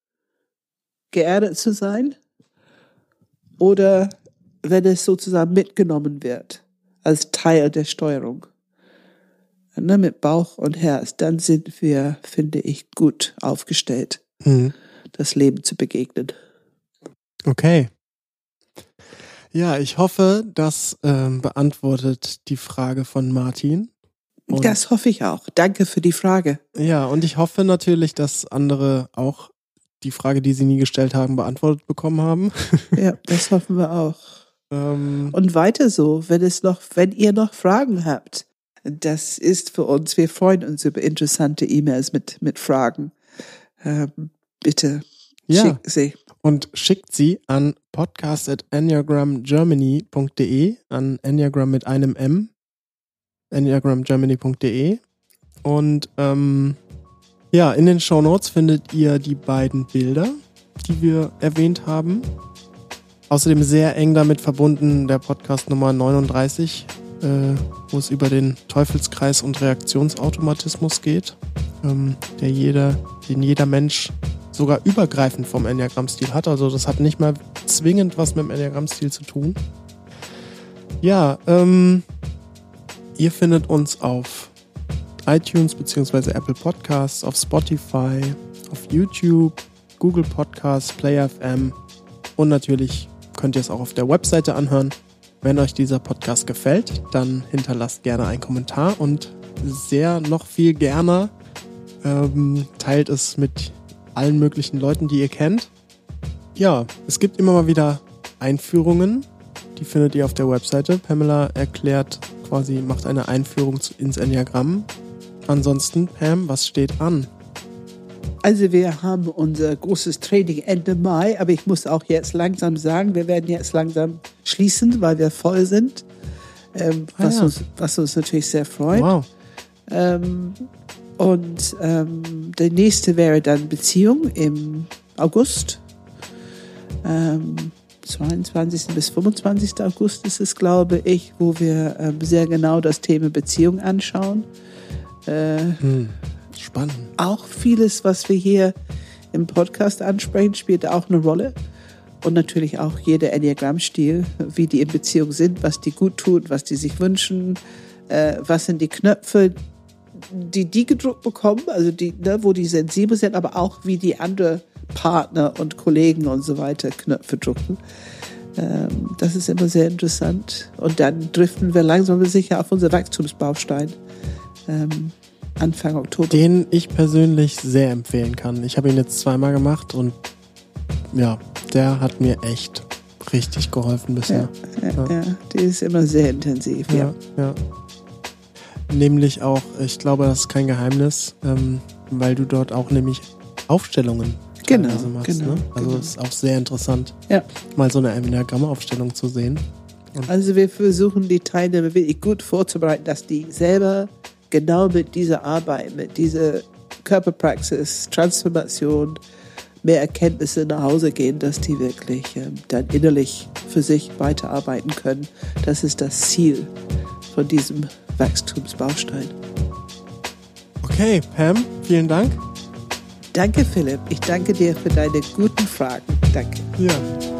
geerdet zu sein, oder wenn es sozusagen mitgenommen wird, als Teil der Steuerung. Ne, mit Bauch und Herz, dann sind wir, finde ich, gut aufgestellt, mhm. das Leben zu begegnen. Okay. Ja, ich hoffe, das ähm, beantwortet die Frage von Martin. Und das hoffe ich auch. Danke für die Frage. Ja, und ich hoffe natürlich, dass andere auch die Frage, die sie nie gestellt haben, beantwortet bekommen haben. Ja, das hoffen wir auch. Ähm, und weiter so, wenn es noch, wenn ihr noch Fragen habt. Das ist für uns, wir freuen uns über interessante E-Mails mit, mit Fragen. Ähm, bitte ja. schickt sie. Und schickt sie an podcast at enneagram germany punkt de, an Enneagram mit einem M, enneagram germany punkt de. Und ähm, ja, in den Shownotes findet ihr die beiden Bilder, die wir erwähnt haben. Außerdem sehr eng damit verbunden der Podcast Nummer neununddreißig, äh, wo es über den Teufelskreis und Reaktionsautomatismus geht, ähm, der jeder, den jeder Mensch sogar übergreifend vom Enneagramm-Stil hat. Also das hat nicht mal zwingend was mit dem Enneagramm-Stil zu tun. Ja, ähm, ihr findet uns auf iTunes bzw. Apple Podcasts, auf Spotify, auf YouTube, Google Podcasts, Player F M und natürlich könnt ihr es auch auf der Webseite anhören. Wenn euch dieser Podcast gefällt, dann hinterlasst gerne einen Kommentar und sehr noch viel gerne ähm, teilt es mit allen möglichen Leuten, die ihr kennt. Ja, es gibt immer mal wieder Einführungen, die findet ihr auf der Webseite. Pamela erklärt quasi, macht eine Einführung ins Enneagramm. Ansonsten, Pam, was steht an? Also wir haben unser großes Training Ende Mai, aber ich muss auch jetzt langsam sagen, wir werden jetzt langsam schließen, weil wir voll sind, ähm, ah, was, ja. uns, was uns natürlich sehr freut. Wow. Ähm, und ähm, der nächste wäre dann Beziehung im August. Ähm, zweiundzwanzigsten bis fünfundzwanzigsten August ist es, glaube ich, wo wir ähm, sehr genau das Thema Beziehung anschauen. Äh, hm. Spannend. Auch vieles, was wir hier im Podcast ansprechen, spielt auch eine Rolle. Und natürlich auch jeder Enneagramm-Stil, wie die in Beziehung sind, was die gut tut, was die sich wünschen, äh, was sind die Knöpfe, die die gedruckt bekommen, also die, ne, wo die sensibel sind, aber auch wie die andere Partner und Kollegen und so weiter Knöpfe drucken. Ähm, das ist immer sehr interessant. Und dann driften wir langsam aber sicher auf unser Wachstumsbaustein. Ähm, Anfang Oktober. Den ich persönlich sehr empfehlen kann. Ich habe ihn jetzt zweimal gemacht und ja, der hat mir echt richtig geholfen bisher. Ja, ja, ja. ja die ist immer sehr intensiv. Ja, ja. ja. Nämlich auch, ich glaube, das ist kein Geheimnis, ähm, weil du dort auch nämlich Aufstellungen genau, machst. Genau, ne? Also genau. Es ist auch sehr interessant, ja. mal so eine Enneagramm-Aufstellung zu sehen. Und also wir versuchen die Teilnehmer wirklich gut vorzubereiten, dass die selber genau mit dieser Arbeit, mit dieser Körperpraxis, Transformation, mehr Erkenntnisse nach Hause gehen, dass die wirklich ähm, dann innerlich für sich weiterarbeiten können. Das ist das Ziel von diesem Wachstumsbaustein. Okay, Pam, vielen Dank. Danke, Philipp. Ich danke dir für deine guten Fragen. Danke. Ja.